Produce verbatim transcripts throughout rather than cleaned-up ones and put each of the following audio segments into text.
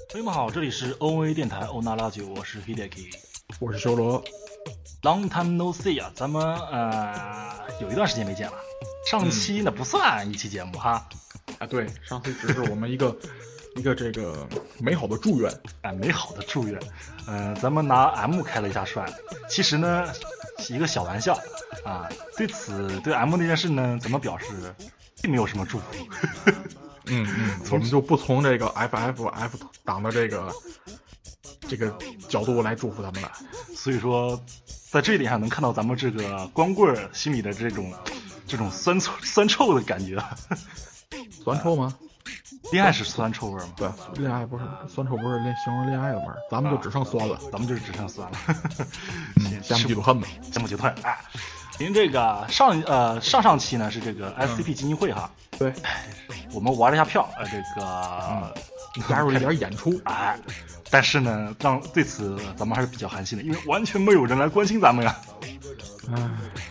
朋友们好，这里是 O N A 电台欧娜拉九，我是 Hideki， 我是修罗。 Long time no see 啊，咱们呃有一段时间没见了。上期呢、嗯、不算一期节目哈， 啊对，上期只是我们一个一个这个美好的祝愿， 哎，美好的祝愿。嗯、呃，咱们拿 M 开了一下涮，其实呢是一个小玩笑啊。对此对 M 那件事呢，咱们表示并没有什么祝福。 嗯嗯，我们就不从这个 F F F 党的这个这个角度来祝福他们了。 所以说，在这一点上能看到咱们这个光棍心里的这种这种酸臭酸臭的感觉。 酸臭吗？ 恋爱是酸臭味吗？ 对，恋爱不是酸臭，不是恋形容恋爱的味儿，咱们就只剩酸了， 啊、咱们就是只剩酸了。 嗯，羡慕嫉妒恨吧， 羡慕嫉妒恨。哎，您这个上呃上上期呢是这个 S C P 基金会哈， 嗯、对， 我们玩了一下票，呃，这个、 嗯、加入了一点演出， 哎，但是呢，让对此咱们还是比较寒心的，因为完全没有人来关心咱们呀。 唉，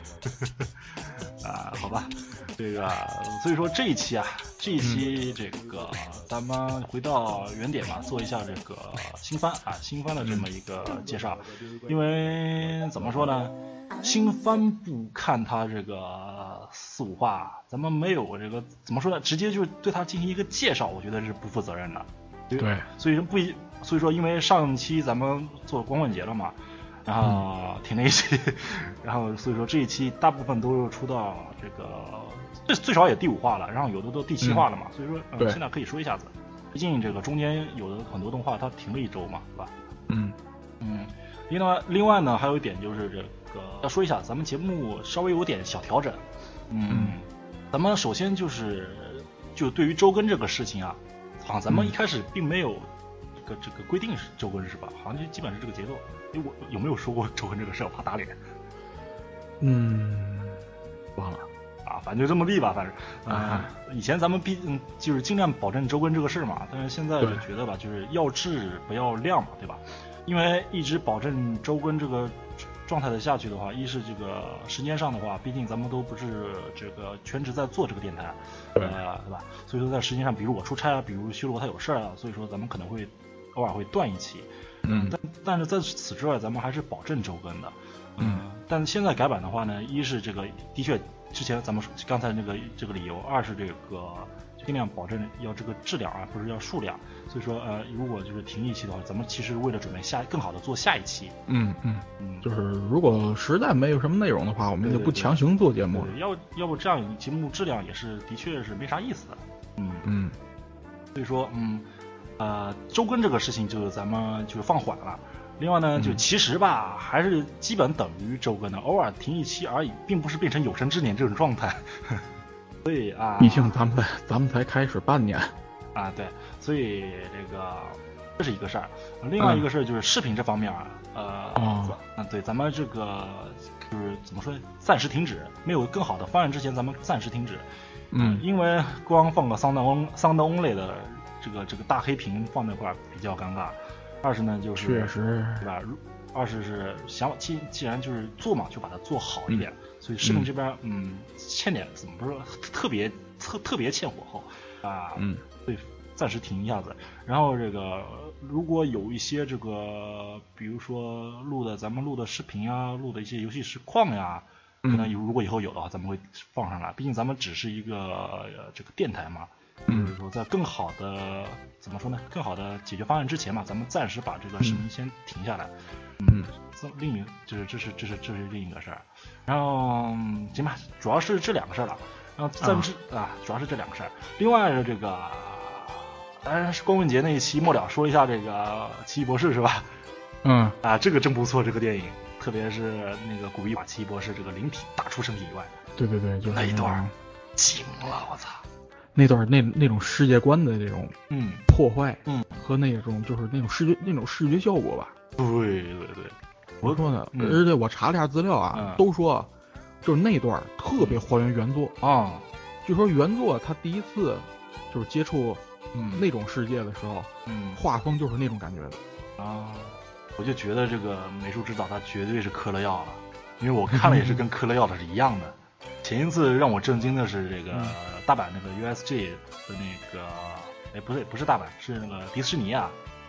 啊，好吧。这个，所以说这一期啊，这一期这个、嗯、咱们回到原点嘛，做一下这个新番啊，新番的这么一个介绍。因为怎么说呢，新番不看它这个四五话，咱们没有这个怎么说呢，直接就对它进行一个介绍，我觉得是不负责任的。 对， 所以说不，所以说因为上期咱们做光棍节了嘛。然后停了一期，然后所以说这一期大部分都是出到这个最最少也第五话了，然后有的都第七话了嘛，嗯、所以说、呃、现在可以说一下子，毕竟这个中间有的很多动画它停了一周嘛，对吧？ 嗯嗯，另外另外呢还有一点就是这个要说一下，咱们节目稍微有点小调整，嗯，嗯咱们首先就是就对于周更这个事情啊，好像咱们一开始并没有这个这个规定是周更是吧？好像就基本是这个节奏。哎，我有没有说过周更这个事儿？我怕打脸。 嗯，忘了啊，反正就这么地吧，反正啊、呃，以前咱们毕竟就是尽量保证周更这个事儿嘛，但是现在就觉得吧，就是要质不要量嘛，对吧？因为一直保证周更这个状态的下去的话，一是这个时间上的话，毕竟咱们都不是这个全职在做这个电台， 对， 呃，对吧？所以说在时间上，比如我出差啊，比如修罗他有事儿啊，所以说咱们可能会偶尔会断一期。 嗯， 但但是在此之外，咱们还是保证周更的，嗯，但现在改版的话呢，一是这个的确之前咱们刚才那个这个理由，二是这个尽量保证要这个质量啊，不是要数量，所以说呃，如果就是停一期的话，咱们其实为了准备下更好的做下一期， 嗯嗯嗯，就是如果实在没有什么内容的话，我们就不强行做节目， 对对对要要不这样节目质量也是的确是没啥意思的，嗯嗯， 所以说嗯。呃，周更这个事情就咱们就放缓了。另外呢，就其实吧，嗯、还是基本等于周更的，偶尔停一期而已，并不是变成有生之年这种状态。所以啊， 毕竟咱们咱们才开始半年啊，对，所以这个这是一个事儿。另外一个事儿就是视频这方面，嗯、呃， 哦， 嗯，对，咱们这个就是怎么说，暂时停止，没有更好的方案之前，咱们暂时停止。 嗯， 因为光放个桑德翁桑德翁类的。这个这个大黑屏放那块比较尴尬，二是呢就是确实对吧？二是是想既既然就是做嘛，就把它做好一点。嗯、所以视频这边嗯欠点怎么不是特别特特别欠火候啊？ 嗯， 所以暂时停一下子。然后这个如果有一些这个比如说录的咱们录的视频啊，录的一些游戏实况呀，可能如果以后有的话，咱们会放上来。毕竟咱们只是一个、呃、这个电台嘛。就是说，在更好的怎么说呢？更好的解决方案之前嘛，咱们暂时把这个视频先停下来。 嗯， 另一就是这是这是这是另一个事儿。然后行吧，主要是这两个事儿了。然后暂时、嗯、啊，主要是这两个事儿。另外是这个，当然是光棍节那一期末了，说一下这个奇异博士是吧？ 嗯啊，这个真不错，这个电影，特别是那个古一把奇异博士这个灵体打出身体以外， 对对对，就是那一段惊了，我操！ 那段那那种世界观的这种嗯破坏， 嗯， 和那种就是那种视觉那种视觉效果吧。 对对对， 我说呢， 嗯、 而且我查了一下资料啊， 嗯、 都说就是那段特别还原原作啊。 据说原作他第一次就是接触嗯那种世界的时候， 嗯， 画风就是那种感觉的啊。我就觉得这个美术指导他绝对是嗑了药了，因为我看了也是跟嗑了药的是一样的。前一次让我震惊的是这个大阪那个 U S G 的那个，哎，不对，不是大阪，是那个迪士尼啊，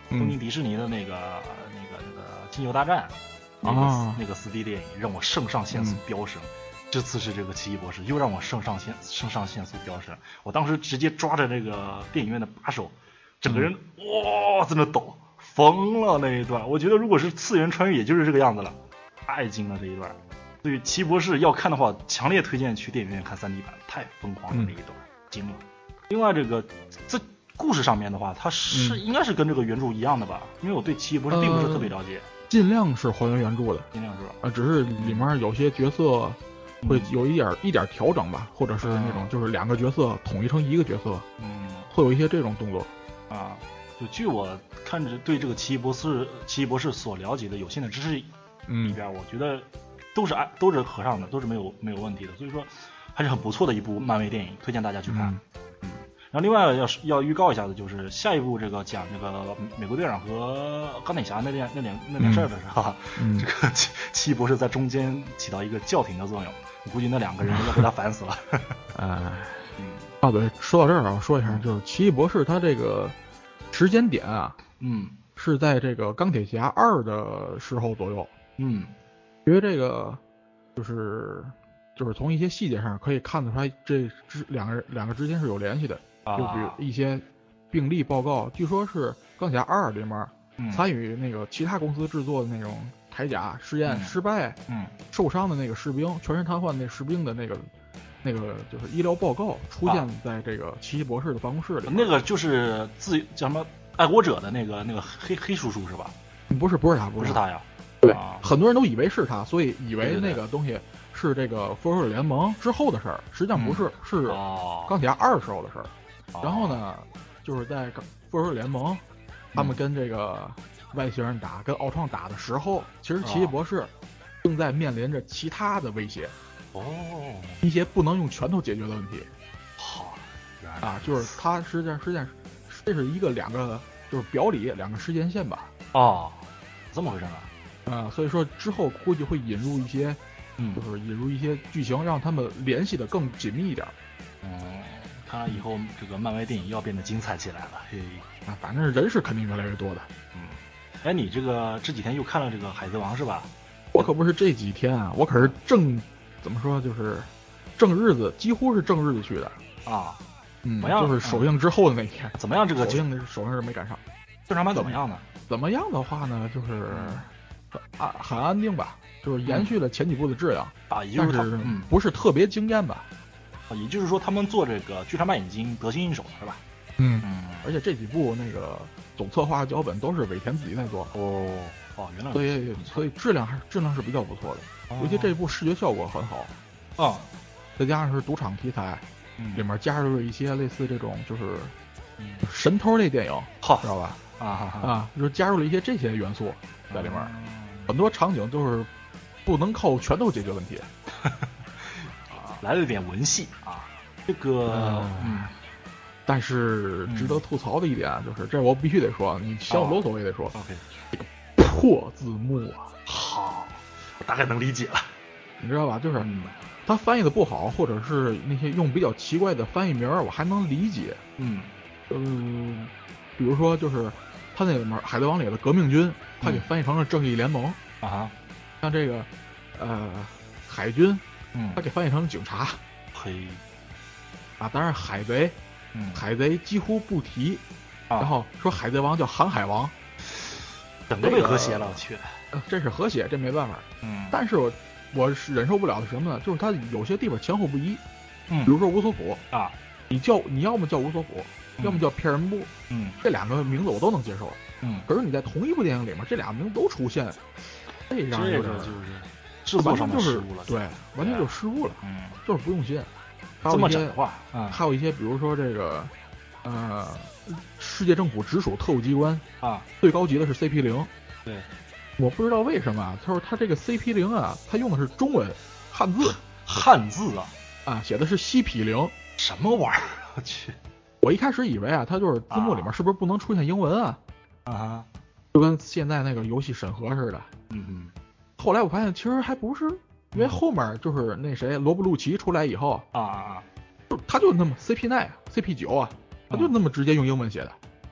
东京迪士尼的那个、嗯、那个那个金牛大战那个、啊、那个 四 D 电影，让我肾上腺素飙升。嗯，这次是这个奇异博士又让我肾上腺肾上腺素飙升，我当时直接抓着这个电影院的把手，整个人哇、嗯、在那抖，疯了那一段。我觉得如果是次元穿越，也就是这个样子了，太惊了这一段。所以奇异博士要看的话，强烈推荐去电影院看 三 D 版，太疯狂了那一段，惊了。另外这个在故事上面的话，它是、嗯、应该是跟这个原著一样的吧？因为我对奇异博士并不是特别了解。呃、 尽量是还原原著的， 尽量是吧？ 啊，只是里面有些角色。会有一点、嗯、一点调整吧，或者是那种就是两个角色统一成一个角色，嗯，会有一些这种动作啊。就据我看着对这个奇异博士奇异博士所了解的有限的知识里边、嗯，我觉得都是按都是合上的，都是没有没有问题的，所以说还是很不错的一部漫威电影，推荐大家去看。嗯，嗯然后另外要要预告一下的就是下一部这个讲这个美国队长和钢铁侠那件那点那点事儿的时候，嗯、这个奇奇异博士在中间起到一个叫停的作用。我估计那两个人要被他烦死了。 哎，啊对，说到这儿啊，说一下，就是奇异博士他这个时间点啊， 嗯， 是在这个钢铁侠二的时候左右， 嗯， 因为这个就是就是从一些细节上可以看得出来，这之两个两个之间是有联系的， 啊、 就比如一些病例报告，据说是钢铁侠二里面、嗯、参与那个其他公司制作的那种。铠甲试验失败， 嗯， 受伤的那个士兵，全身瘫痪那士兵的那个，那个就是医疗报告出现在这个奇异博士的办公室里、啊。 那个就是自叫什么爱国者的那个那个黑黑叔叔是吧？ 不是，不是他，不是他呀。 对、 啊， 很多人都以为是他，所以以为那个东西是这个复仇者联盟之后的事儿，实际上不是，嗯、是钢铁侠二时候的事儿、哦。然后呢，就是在复仇者联盟，他们跟这个。外星人打跟奥创打的时候，其实奇异博士正在面临着其他的威胁， 哦， 一些不能用拳头解决的问题。 好， 啊，就是他实际上实际上这是一个两个就是表里两个时间线吧。 哦，这么回事呢？ 啊，所以说之后估计会引入一些， 嗯， 就是引入一些剧情，让他们联系的更紧密一点。 嗯，看来以后这个漫威电影要变得精彩起来了。嘿， 啊，反正人是肯定越来越多的。 嗯。哎，你这个这几天又看了这个《海贼王》是吧？ 我可不是这几天啊，我可是正怎么说，就是正日子，几乎是正日子去的啊。 嗯，怎么样？就是首映之后的那天。 怎么样？这个首映的首映是没赶上。 正常版怎么样呢？ 怎么样的话呢，就是啊，很安定吧，就是延续了前几部的质量、 嗯、啊，也就是但是不是特别惊艳吧。 啊，也就是说他们做这个剧场版已经得心应手了，是吧？ 嗯嗯，而且这几部那个总策划脚本都是尾田自己在做哦哦，原来所以所以质量还是质量是比较不错的，尤其这一部视觉效果很好啊， 再加上是赌场题材， 嗯， 里面加入了一些类似这种就是神偷类电影， 好知道吧？ 啊啊，就是加入了一些这些元素在里面，很多场景都是不能靠拳头解决问题， 啊，来了点文戏啊，这个嗯。 但是值得吐槽的一点就是，这我必须得说，你嫌我啰嗦我也得说。 OK， 这个破字幕啊， 好，我大概能理解了， 你知道吧？就是他翻译的不好，或者是那些用比较奇怪的翻译名儿，我还能理解。 嗯， 嗯，比如说就是他那里面《海贼王》里的革命军，他给翻译成了正义联盟啊， 像这个呃海军， 嗯， 他给翻译成了警察。 嘿， 啊，当然海贼。 嗯， 海贼几乎不提， 啊、 然后说海贼王叫航海王， 整个被和谐了，我去、 呃，这是和谐，这没办法。 嗯， 但是我我是忍受不了的什么呢？就是他有些地方前后不一。 嗯， 比如说乌索普啊， 你叫你要么叫乌索普， 嗯、 要么叫片人部， 嗯， 这两个名字我都能接受。 嗯， 可是你在同一部电影里面，这俩名字都出现，这让这个就是制作上的失误了， 对，完全就失误了， 嗯， 就是不用心。 这么整话， 嗯，还有一些，比如说这个，呃，世界政府直属特务机关啊， 最高级的是 C P 零。 对， 我不知道为什么，他说他这个 C P 零啊，他用的是中文汉字， 汉字啊， 啊，写的是西皮零， 什么玩意儿？我去， 我一开始以为啊，他就是字幕里面是不是不能出现英文啊？ 啊， 就跟现在那个游戏审核似的。 嗯嗯。 后来我发现其实还不是。因为后面就是那谁罗布路奇出来以后啊啊啊， 他就那么 C P 九 C P 九啊，他就那么直接用英文写的。 哇，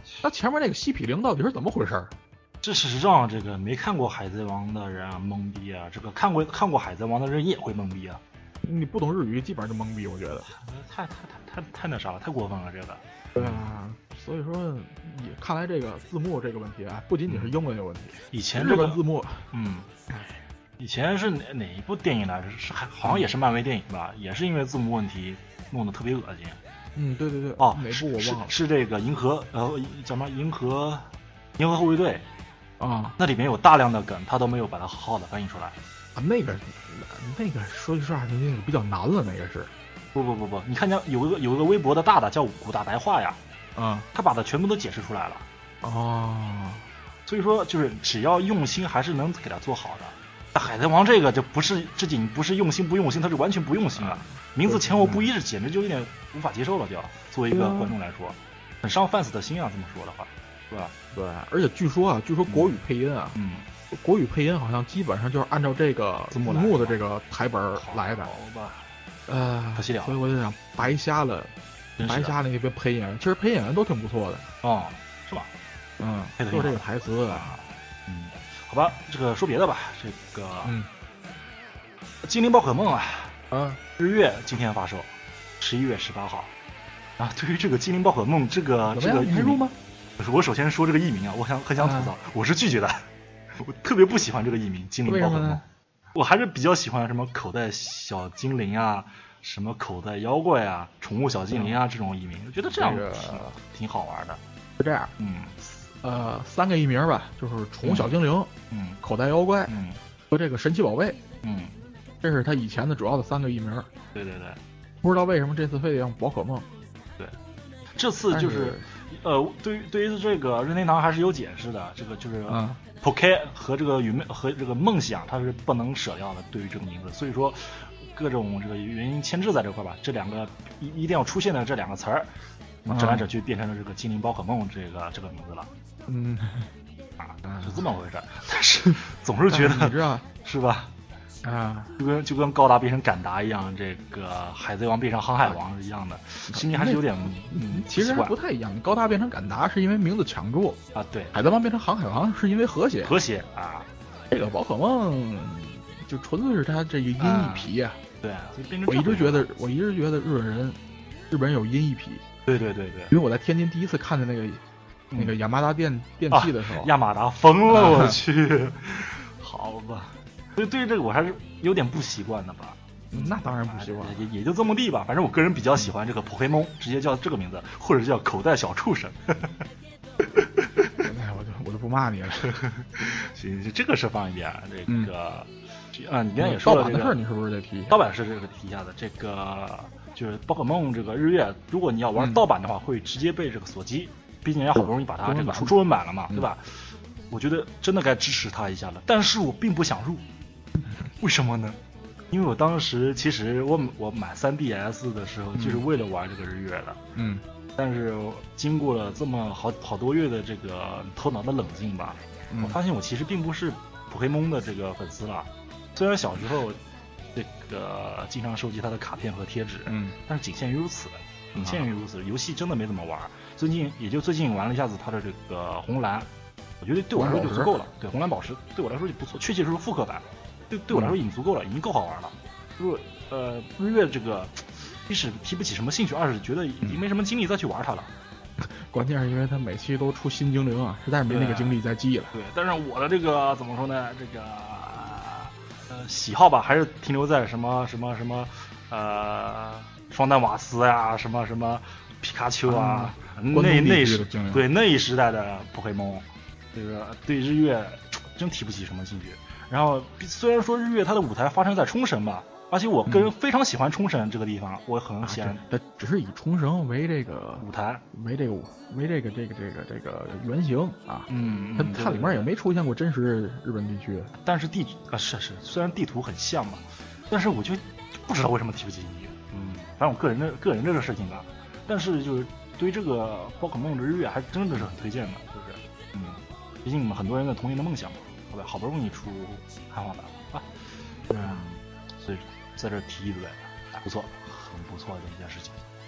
那前面那个西匹灵到底是怎么回事？ 这事实上，这个没看过《海贼王》的人啊懵逼啊，这个看过看过《海贼王》的人也会懵逼啊。 你不懂日语，基本上就懵逼，我觉得。 太太太太太那啥了，太过分了，这个。 对啊，所以说，也看来这个字幕这个问题啊，不仅仅是英文有问题。 以前这个日文字幕， 嗯，以前是哪哪一部电影来着？是还好像也是漫威电影吧？也是因为字幕问题弄得特别恶心。 嗯，对对对。 哦， 哪部我忘了。 是是这个银河呃叫什么银河银河护卫队啊， 那里面有大量的梗，他都没有把它好好的翻译出来。 啊，那个那个说句实话，那个比较难了，那个是。 不不不不，你看见有一个有一个微博的大大叫古大白话呀， 啊、嗯， 他把它全部都解释出来了。 哦， 所以说就是只要用心，还是能给它做好的。那海贼王这个就不是这仅不是用心不用心，它是完全不用心了。名字前后不一致，简直就有点无法接受了，就作为一个观众来说，很伤 fans 的心啊。这么说的话，是吧？ 对，而且据说啊，据说国语配音啊， 嗯， 国语配音好像基本上就是按照这个字幕的这个台本来的。 好吧。 呃， 可惜了， 所以我就想白瞎了，白瞎了那边配音员，其实配音员都挺不错的哦，是吧？ 嗯，做这个台词啊， 嗯，好吧，这个说别的吧，这个嗯， 精灵宝可梦啊， 啊， 日月今天发售，十一月十八号啊。对于这个精灵宝可梦这个这个译名吗？ 我首先说这个译名啊，我想很想吐槽，啊、我是拒绝的，我特别不喜欢这个译名精灵宝可梦。我还是比较喜欢什么口袋小精灵啊，什么口袋妖怪啊，宠物小精灵啊、嗯、这种译名，我觉得这样挺、这个、挺好玩的。 就这样， 嗯， 呃，三个译名吧，就是宠物小精灵， 嗯， 口袋妖怪， 嗯， 和这个神奇宝贝， 嗯， 这是他以前的主要的三个译名。 对对对， 不知道为什么这次非得用宝可梦。 对，这次就是，是呃，对于对于这个任天堂还是有解释的，这个就是。 嗯 Poké 和这个与梦和这个梦想，它是不能舍掉的。对于这个名字，所以说各种这个原因牵制在这块吧，这两个一一定要出现的这两个词儿，折来折去变成了这个精灵宝可梦这个这个名字了。 嗯， 啊，是这么回事。但是总是觉得你知道是吧？ 啊， 就跟就跟高达变成敢达一样，这个海贼王变成航海王是一样的，心里还是有点嗯， 其实不太一样。高达变成敢达是因为名字抢注啊，对； 海贼王变成航海王是因为和谐和谐啊。 这个宝可梦就纯粹是它这个音译皮呀、 啊。对， 我一直觉得我一直觉得日本人日本人有音译皮。 对对对对， 因为我在天津第一次看见那个、嗯、那个亚马达电电器的时候， 啊、亚马达疯了，我去，好吧。所以对于这个我还是有点不习惯的吧。 嗯、那当然不习惯， 也也就这么地吧。反正我个人比较喜欢这个 Pokémon，直接叫这个名字，或者叫口袋小畜生。 哎，我就我就不骂你了。 行，这个是放一边。这个、嗯、啊，你刚才也说了、 这个、 盗版的事，你是不是得提？ 盗版是这个提一下的。这个就是宝可梦这个日月，如果你要玩盗版的话，嗯、会直接被这个锁机。毕竟人家好不容易把它这个出中文版了嘛， 嗯、 对吧？我觉得真的该支持他一下了。但是我并不想入。为什么呢？因为我当时其实我我买 三 D S 的时候就是为了玩这个日月的， 嗯， 但是经过了这么好好多月的这个头脑的冷静吧， 嗯、 我发现我其实并不是普黑蒙的这个粉丝了。虽然小时候这个经常收集他的卡片和贴纸， 嗯， 但是仅限于如此，仅限于如此。游戏真的没怎么玩，最近也就最近玩了一下子他的这个红蓝，我觉得对我来说就足够了。对，红蓝宝石对我来说就不错，确切说复刻版。对对我来说已经足够了，已经够好玩了。如果呃日月这个，一是提不起什么兴趣，二是觉得已经没什么精力再去玩它了。 关键是因为它每期都出新精灵啊，实在是没那个精力再记了。 对，但是我的这个怎么说呢？这个呃喜好吧，还是停留在什么什么什么呃双蛋瓦斯呀、啊，什么什么皮卡丘啊，嗯、那那时对那一时代的宝可梦，这个对日月真提不起什么兴趣。然后虽然说日月它的舞台发生在冲绳吧，而且我个人非常喜欢冲绳这个地方，嗯、我很喜欢。 它、啊、只是以冲绳为这个舞台， 为这个为这个这个这个这个原型啊。 嗯， 它它里面也没出现过真实日本地区。 但是地啊是是，虽然地图很像嘛，但是我就不知道为什么提不起兴趣。嗯，反正我个人的个人这个事情吧，但是就是对于这个宝可梦的日月还真的是很推荐的，就是嗯，毕竟很多人的童年的梦想嘛。好吧，好不容易出汉化版啊，嗯，所以在这提一嘴，不错，很不错的一件事情。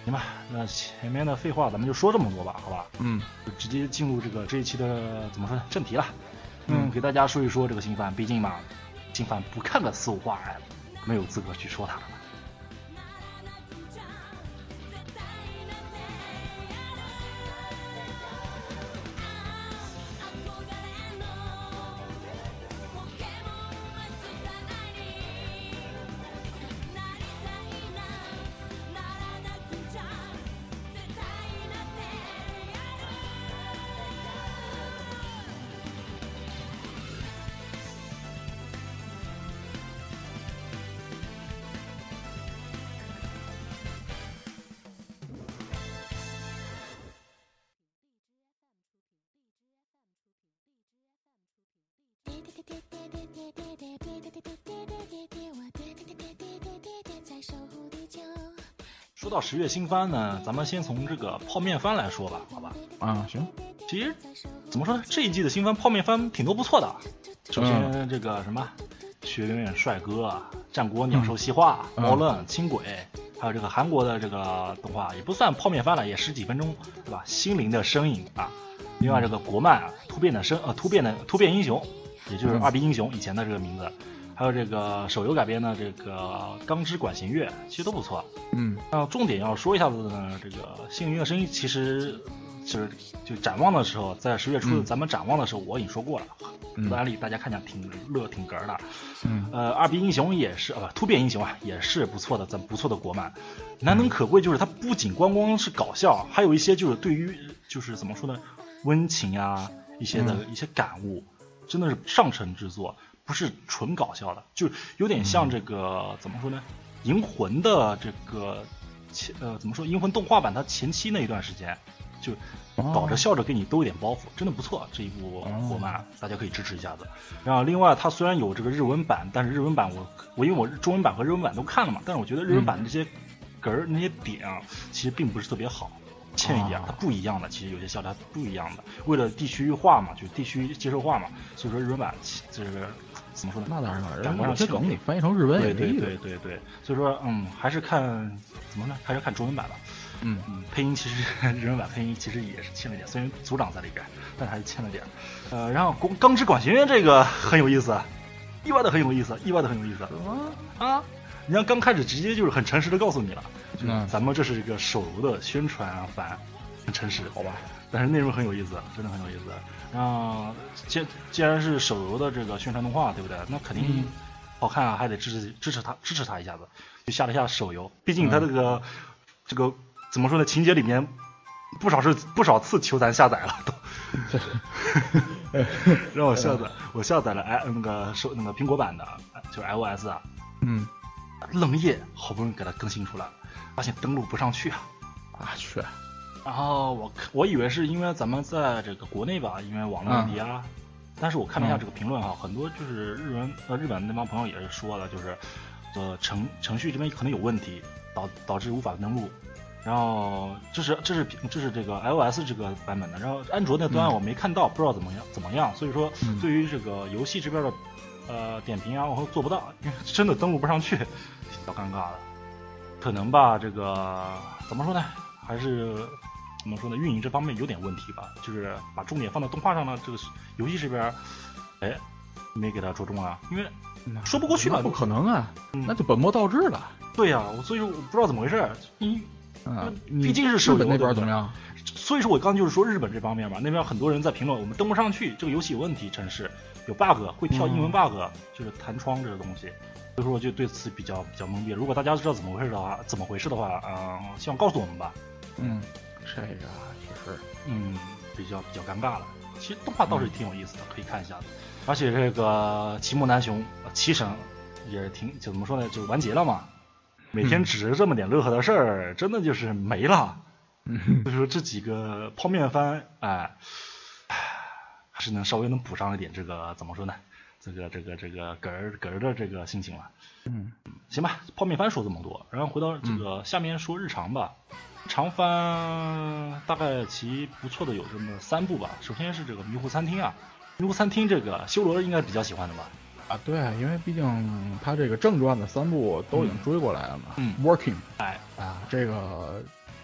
行吧，那前面的废话咱们就说这么多吧，好吧？ 嗯， 就直接进入这个这一期的怎么说呢正题了。嗯，给大家说一说这个新番，毕竟嘛，新番不看个四五话，哎，没有资格去说它了。说到十月新番呢，咱们先从这个泡面番来说吧，好吧？ 啊，行。 其实怎么说呢，这一季的新番泡面番挺多不错的。首先这个什么学院帅哥、战国鸟兽细化、 嗯、 猫愣、轻轨，还有这个韩国的这个动画也不算泡面番了，也十几分钟，对吧？心灵的身影啊。另外这个国漫啊，突变的生呃突变的突变英雄，也就是二 B 英雄以前的这个名字。还有这个手游改编的这个《钢之管弦乐》，其实都不错。 嗯， 那重点要说一下子呢，这个《幸运的声音》其实就是就展望的时候，在十月初、嗯、咱们展望的时候，我已经说过了，很多案例大家看起来挺乐挺哏的。 嗯， 呃，二 B 英雄也是啊，不，突变英雄啊，也是不错的，咱不错的国漫。难能可贵就是它不仅光光是搞笑，还有一些就是对于就是怎么说呢，温情啊一些的、嗯、一些感悟，真的是上乘之作。不是纯搞笑的，就有点像这个、嗯、怎么说呢？银魂的这个前呃怎么说？银魂动画版它前期那一段时间，就搞着笑着给你兜一点包袱，真的不错。这一部国漫、哦、大家可以支持一下子。然后另外它虽然有这个日文版，但是日文版我我因为我中文版和日文版都看了嘛，但是我觉得日文版的这些哏儿、嗯、那些点啊，其实并不是特别好。欠一点，它不一样的，其实有些笑它不一样的。为了地区化嘛，就地区接受化嘛，所以说日文版就是怎么说呢？ 那当然了， 感官上这梗你翻译成日文也对对对对对，所以说嗯，还是看怎么呢？还是看中文版吧。 嗯嗯，配音其实日文版配音其实也是欠了点，虽然组长在里边，但还是欠了点。呃，然后《钢之管弦乐》这个很有意思，意外的很有意思，意外的很有意思。啊，人家刚开始直接就是很诚实的告诉你了。嗯，咱们这是一个手游的宣传番，很诚实，好吧？但是内容很有意思，真的很有意思。然后既既然是手游的这个宣传动画，对不对？那肯定好看啊，还得支持支持他支持他一下子，就下了一下手游。毕竟他这个、嗯、这个怎么说呢？情节里面不少是不少次求咱下载了都，让我下载，我下载了哎那个手那个苹果版的，就是 iOS 啊， 嗯， 愣夜好不容易给它更新出来。发现登录不上去啊！ 啊去！ 然后我我以为是因为咱们在这个国内吧，因为网络问题啊。嗯、但是我看了一下这个评论哈，嗯、很多就是日文呃日本那帮朋友也是说了，就是呃程程序这边可能有问题，导导致无法登录。然后这是这是这是这个 iOS 这个版本的，然后安卓那端我没看到，嗯、不知道怎么样怎么样。所以说对于这个游戏这边的呃点评啊，我做不到，因为真的登录不上去，比较尴尬的。可能吧，这个怎么说呢？还是怎么说呢？运营这方面有点问题吧，就是把重点放到动画上呢，这个游戏这边，哎，没给他着重啊，因为说不过去了， 不可能啊，嗯、那就本末倒置了。 对呀、啊，所以说我不知道怎么回事，你， 嗯， 毕竟是手游那边怎么样？ 所以说我刚就是说日本这方面嘛，那边很多人在评论我们登不上去，这个游戏有问题，真是有 bug， 会跳英文 bug，、嗯、就是弹窗这个东西。所以说我就对此比较比较懵逼。如果大家知道怎么回事的话，怎么回事的话，嗯、呃，希望告诉我们吧。 嗯，这个确实， 嗯，比较比较尴尬了。其实动画倒是挺有意思的，嗯、可以看一下的。而且这个齐木楠雄七神也挺就怎么说呢，就完结了嘛。每天指着这么点乐呵的事儿，嗯、真的就是没了。 嗯， 所以说这几个泡面番，哎，还是能稍微能补上一点这个怎么说呢？这个这个这个哏儿哏儿的这个心情了， 嗯， 行吧，泡面番说这么多，然后回到这个下面说日常吧。嗯、长番大概其不错的有这么三部吧。首先是这个迷糊餐厅啊，迷糊餐厅这个修罗应该比较喜欢的吧？ 啊，对，因为毕竟他这个正传的三部都已经追过来了嘛。 嗯 ，Working， 哎啊，这个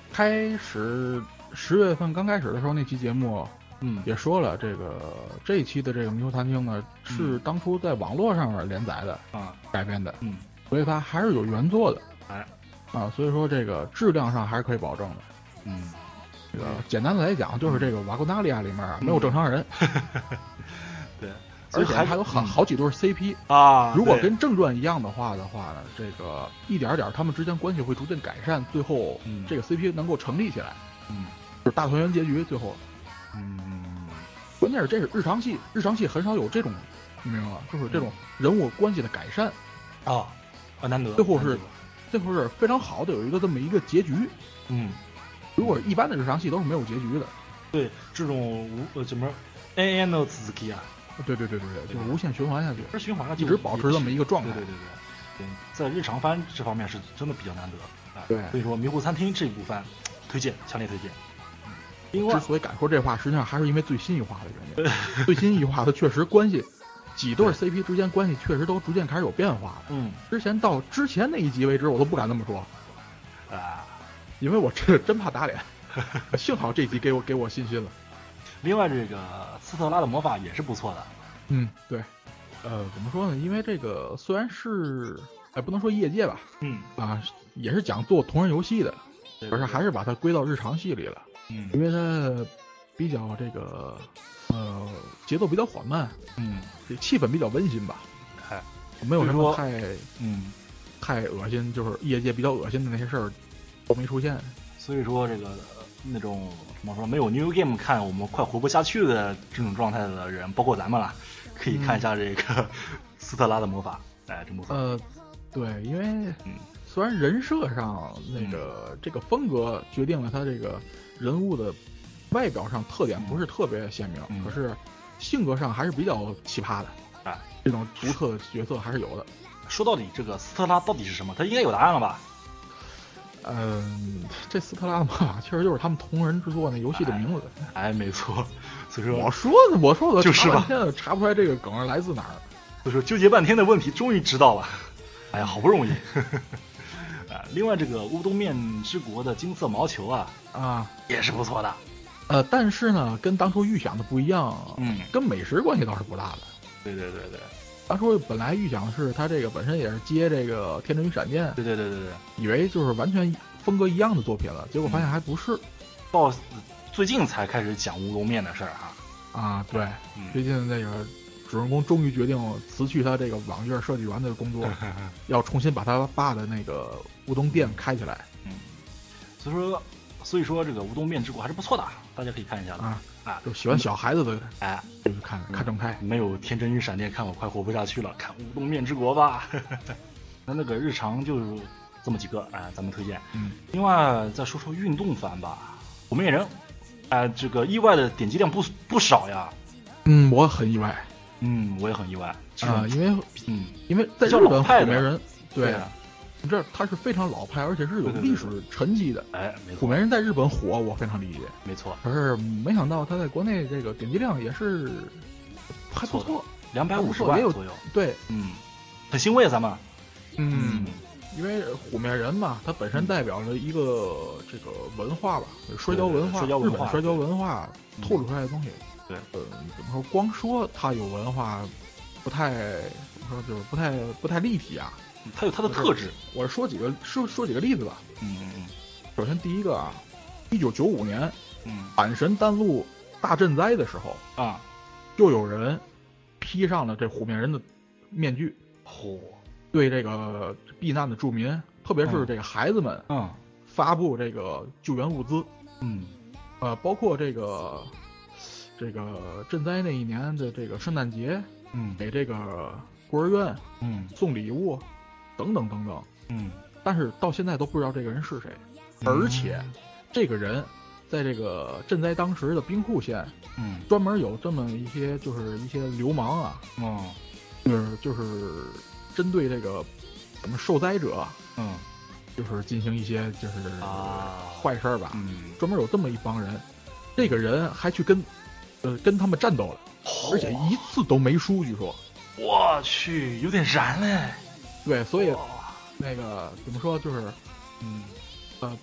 开始十月份刚开始的时候那期节目， 嗯， 也说了，这个这一期的这个迷途餐厅呢，是当初在网络上面连载的啊、 嗯、改编的， 嗯， 所以它还是有原作的， 哎， 啊，所以说这个质量上还是可以保证的， 嗯， 这个简单的来讲，就是这个瓦古纳利亚里面没有正常人， 嗯、对。 而且还有好好几对 C P 啊， 如果跟正传一样的话的话呢，这个一点点他们之间关系会逐渐改善，最后这个 C P 能够成立起来， 嗯， 就是大团圆结局。最后， 嗯， 关键是这是日常戏，日常戏很少有这种，你明白吗？就是这种人物关系的改善啊，很难得。 最后是，最后是非常好的有一个这么一个结局。 嗯， 如果一般的日常戏都是没有结局的。 对，这种无呃怎么延々の続き啊。 对对对对对，就是无限循环下去， 不是循环了， 一直保持这么一个状态。 对对对对，对，在日常番这方面是真的比较难得啊。 对， 所以说《迷糊餐厅》这一部番推荐，强烈推荐。 另外，之所以敢说这话，实际上还是因为最新一话的原因。最新一话它确实关系，几对 C P 之间关系确实都逐渐开始有变化了。 嗯， 之前到之前那一集为止，我都不敢那么说啊， 因为我真真怕打脸。幸好这集给我给我信心了。 另外，这个斯特拉的魔法也是不错的。 嗯，对，呃，怎么说呢？因为这个虽然是，哎，不能说业界吧， 嗯， 啊，也是讲做同人游戏的， 对对对， 可是还是把它归到日常戏里了。 嗯， 因为它比较这个，呃，节奏比较缓慢， 嗯， 这气氛比较温馨吧， 哎， 没有什么太， 嗯， 太恶心，就是业界比较恶心的那些事儿都没出现。 所以说，这个那种怎么说，没有 New Game 看我们快活不下去的这种状态的人，包括咱们了，可以看一下这个、嗯、斯特拉的魔法，哎，真不错。 呃，对，因为嗯， 虽然人设上那个、嗯、这个风格决定了他这个人物的外表上特点不是特别鲜明， 嗯、 可是性格上还是比较奇葩的， 哎， 这种独特的角色还是有的。 说到底，这个斯特拉到底是什么？他应该有答案了吧？ 嗯，这斯特拉的魔法其实就是他们同人制作那游戏的名字。 哎，哎没错。所以说， 我说的，我说的就是吧， 现在查不出来这个梗是来自哪儿。 所以说纠结半天的问题，终于知道了。哎呀，好不容易。啊，另外这个乌冬面之国的金色毛球啊， 啊， 也是不错的。 呃，但是呢，跟当初预想的不一样， 嗯， 跟美食关系倒是不大的。 对对对对。 当初本来预想的是他这个本身也是接这个《天真与闪电》， 对对对对对， 以为就是完全风格一样的作品了，结果发现还不是。 到最近才开始讲乌龙面的事儿哈。 啊，对， 嗯、 最近那个主人公终于决定辞去他这个网页设计员的工作，要重新把他爸的那个乌冬店开起来。 嗯，所以说，所以说这个乌冬面之国还是不错的，大家可以看一下的啊。 啊， 就喜欢小孩子的， 哎， 就是看看正太， 没有天真与闪电看我快活不下去了，看乌冬面之国吧。那那个日常就这么几个，哎，咱们推荐。 嗯， 另外再说说运动番吧，虎面人，哎、呃，这个意外的点击量不不少呀。 嗯，我很意外。 嗯，我也很意外啊、呃，因为嗯， 因为在日本虎面人，对啊。 这他是非常老派，而且是有历史沉积的。 哎，没错。 虎面人在日本火，我非常理解。 没错。 可是没想到他在国内这个点击量也是还不错， 两百五十万左右。 对， 嗯，很欣慰咱们。 嗯，因为虎面人嘛，它本身代表了一个这个文化吧，摔跤文化， 摔跤文化， 日本摔跤文化透露出来的东西。 对， 呃，怎么说？光说它有文化，不太怎么说，就是不太不太立体啊。 它有它的特质， 我说几个说说几个例子吧。 嗯嗯嗯。 首先第一个啊，一九九五年， 嗯， 阪神丹路大震灾的时候啊， 就有人披上了这虎面人的面具， 嚯、哦， 对这个避难的住民，特别是这个孩子们， 嗯， 发布这个救援物资， 嗯， 呃，包括这个这个赈灾那一年的这个圣诞节， 嗯， 给这个孤儿院， 嗯， 送礼物。等等等等， 嗯， 但是到现在都不知道这个人是谁，嗯、而且这个人在这个赈灾当时的兵库县， 嗯， 专门有这么一些就是一些流氓啊， 嗯， 就是就是针对这个咱们受灾者， 嗯， 就是进行一些就是坏事儿吧， 嗯， 专门有这么一帮人，这个人还去跟呃跟他们战斗了， 哦、 而且一次都没输，据说， 我去，有点燃嘞。 对，所以那个怎么说就是，嗯，呃，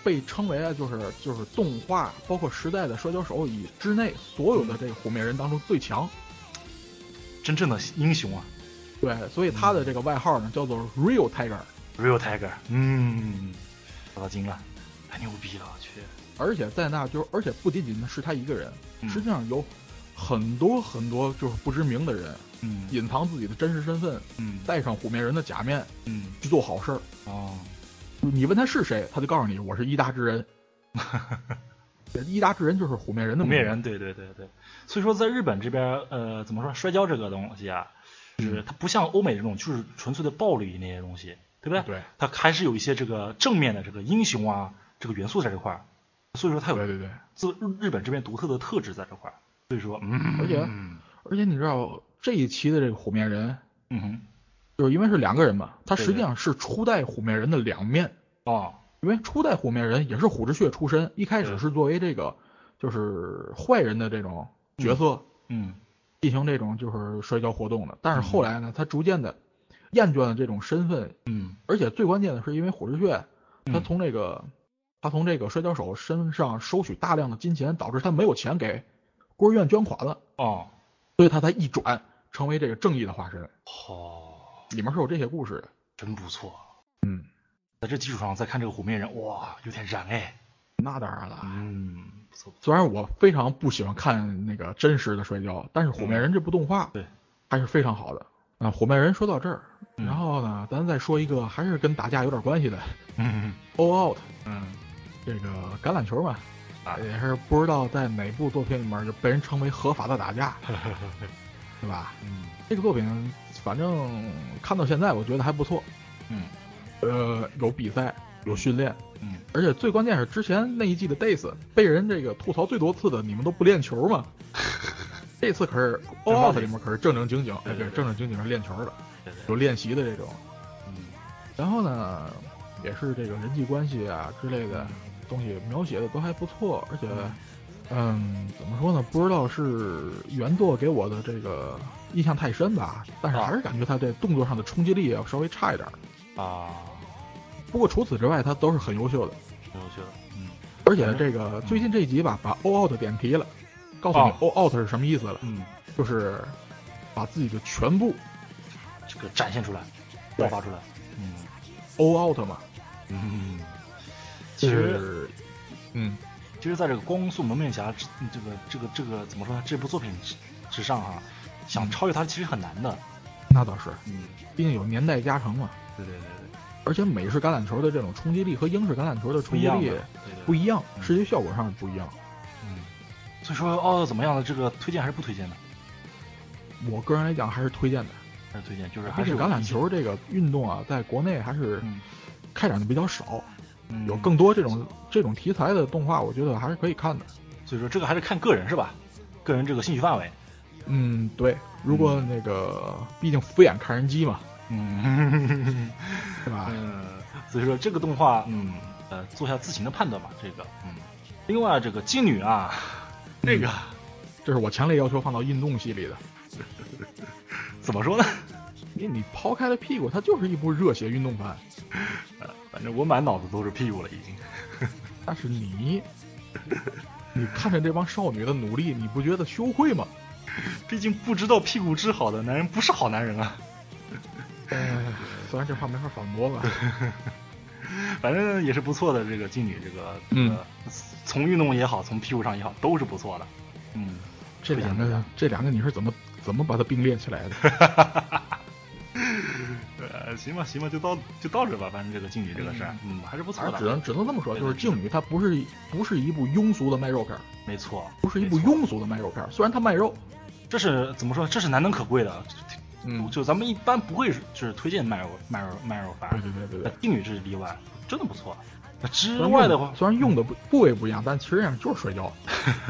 被称为啊，就是就是动画包括时代的摔跤手以之内所有的这个虎面人当中最强， 真正的英雄啊。 对，所以他的这个外号呢叫做 Real Tiger。Real Tiger， 嗯，找到金了，太牛逼了，我去！ 而且在那就而且不仅仅是他一个人， 嗯、 实际上有很多很多就是不知名的人， 嗯， 隐藏自己的真实身份， 嗯， 戴上虎面人的假面， 嗯， 去做好事儿。 哦， 你问他是谁，他就告诉你我是伊达之人。伊达之人就是虎面人的虎面人，对对对对。所以说，在日本这边，呃，怎么说，摔跤这个东西啊，就是它不像欧美这种，就是纯粹的暴力那些东西，对不对？ 对。 它还是有一些这个正面的这个英雄啊，这个元素在这块儿。所以说，它有对对对， 自日本这边独特的特质在这块儿。所以说，嗯， 而且而且你知道这一期的这个虎面人， 嗯哼， 就是因为是两个人嘛，他实际上是初代虎面人的两面。 哦。 因为初代虎面人也是虎之穴出身，一开始是作为这个就是坏人的这种角色， 嗯， 进行这种就是摔跤活动的。但是后来呢，他逐渐的厌倦了这种身份， 嗯， 而且最关键的是，因为虎之穴，他从这个、嗯、他从这个摔跤手身上收取大量的金钱，导致他没有钱给孤儿院捐款了， 哦， 所以他才一转成为这个正义的化身。 哦， 里面是有这些故事的， 真不错， 嗯。 在这基础上再看这个虎面人，哇，有点燃哎！ 那当然了， 嗯，不错。 虽然我非常不喜欢看那个真实的摔跤，但是虎面人这部动画对还是非常好的。啊，虎面人说到这儿， 嗯、 然后呢，咱再说一个还是跟打架有点关系的， 嗯 ，All Out， 嗯， 这个橄榄球嘛， 啊， 也是不知道在哪部作品里面就被人称为合法的打架，对吧？ 嗯， 这个作品反正看到现在我觉得还不错， 嗯。 呃，有比赛，有训练， 嗯， 而且最关键是之前那一季的 Days 被人这个吐槽最多次的，你们都不练球吗？这次可是 All Out 里面可是正正经经，哎，对，正正经经是练球的，有练习的这种。 嗯， 然后呢，也是这个人际关系啊之类的东西描写的都还不错，而且，嗯，怎么说呢？不知道是原作给我的这个印象太深吧，但是还是感觉他在动作上的冲击力要稍微差一点啊。 不过除此之外，他都是很优秀的， 很优秀的，嗯。 而且这个最近这一集吧，把 all out 点题了，告诉你 all out 是什么意思了， 嗯， 就是把自己的全部这个展现出来，爆发出来，嗯 ，all out 嘛， 嗯， 其实，嗯， 其实在这个光速蒙面侠这个这个这个怎么说呢？这部作品之上啊，想超越它其实很难的， 那倒是， 嗯， 毕竟有年代加成嘛， 对对对对。 而且美式橄榄球的这种冲击力和英式橄榄球的冲击力不一样， 视觉效果上不一样。 嗯，所以说哦，怎么样的这个推荐还是不推荐的？ 我个人来讲还是推荐的， 还是推荐，就是还是橄榄球这个运动啊，在国内还是开展的比较少， 嗯、 有更多这种这种题材的动画，我觉得还是可以看的。 所以说这个还是看个人是吧？个人这个兴趣范围。 嗯，对，如果那个、嗯、毕竟敷衍看人机嘛。 嗯， 是吧？ 嗯，所以说这个动画，嗯，呃，做下自行的判断吧。这个，嗯，另外这个妓女啊，这个、嗯， 这是我强烈要求放到运动系里的。 怎么说呢？ 因为你抛开了屁股，它就是一部热血运动番。 呃，反正我满脑子都是屁股了，已经。 但是你，你看着这帮少女的努力，你不觉得羞愧吗？ 毕竟不知道屁股治好的男人不是好男人啊。 呃，虽然这话没法反驳吧， 反正也是不错的。这个妓女，这个嗯， 从运动也好，从屁股上也好，都是不错的。嗯， 这两个这两个你是怎么怎么把它并列起来的？ 呃，行吧，行吧，就到就到这吧。反正这个妓女这个事儿，嗯，还是不错的。 只能只能这么说，就是妓女它不是不是一部庸俗的卖肉片， 没错， 不是一部庸俗的卖肉片。虽然它卖肉， 这是怎么说？这是难能可贵的。 嗯， 就咱们一般不会就是推荐卖肉卖肉卖肉番， 对对对对对， 妓女这是例外，真的不错。那之外的话， 虽然用的部位不一样，但其实上就是摔跤。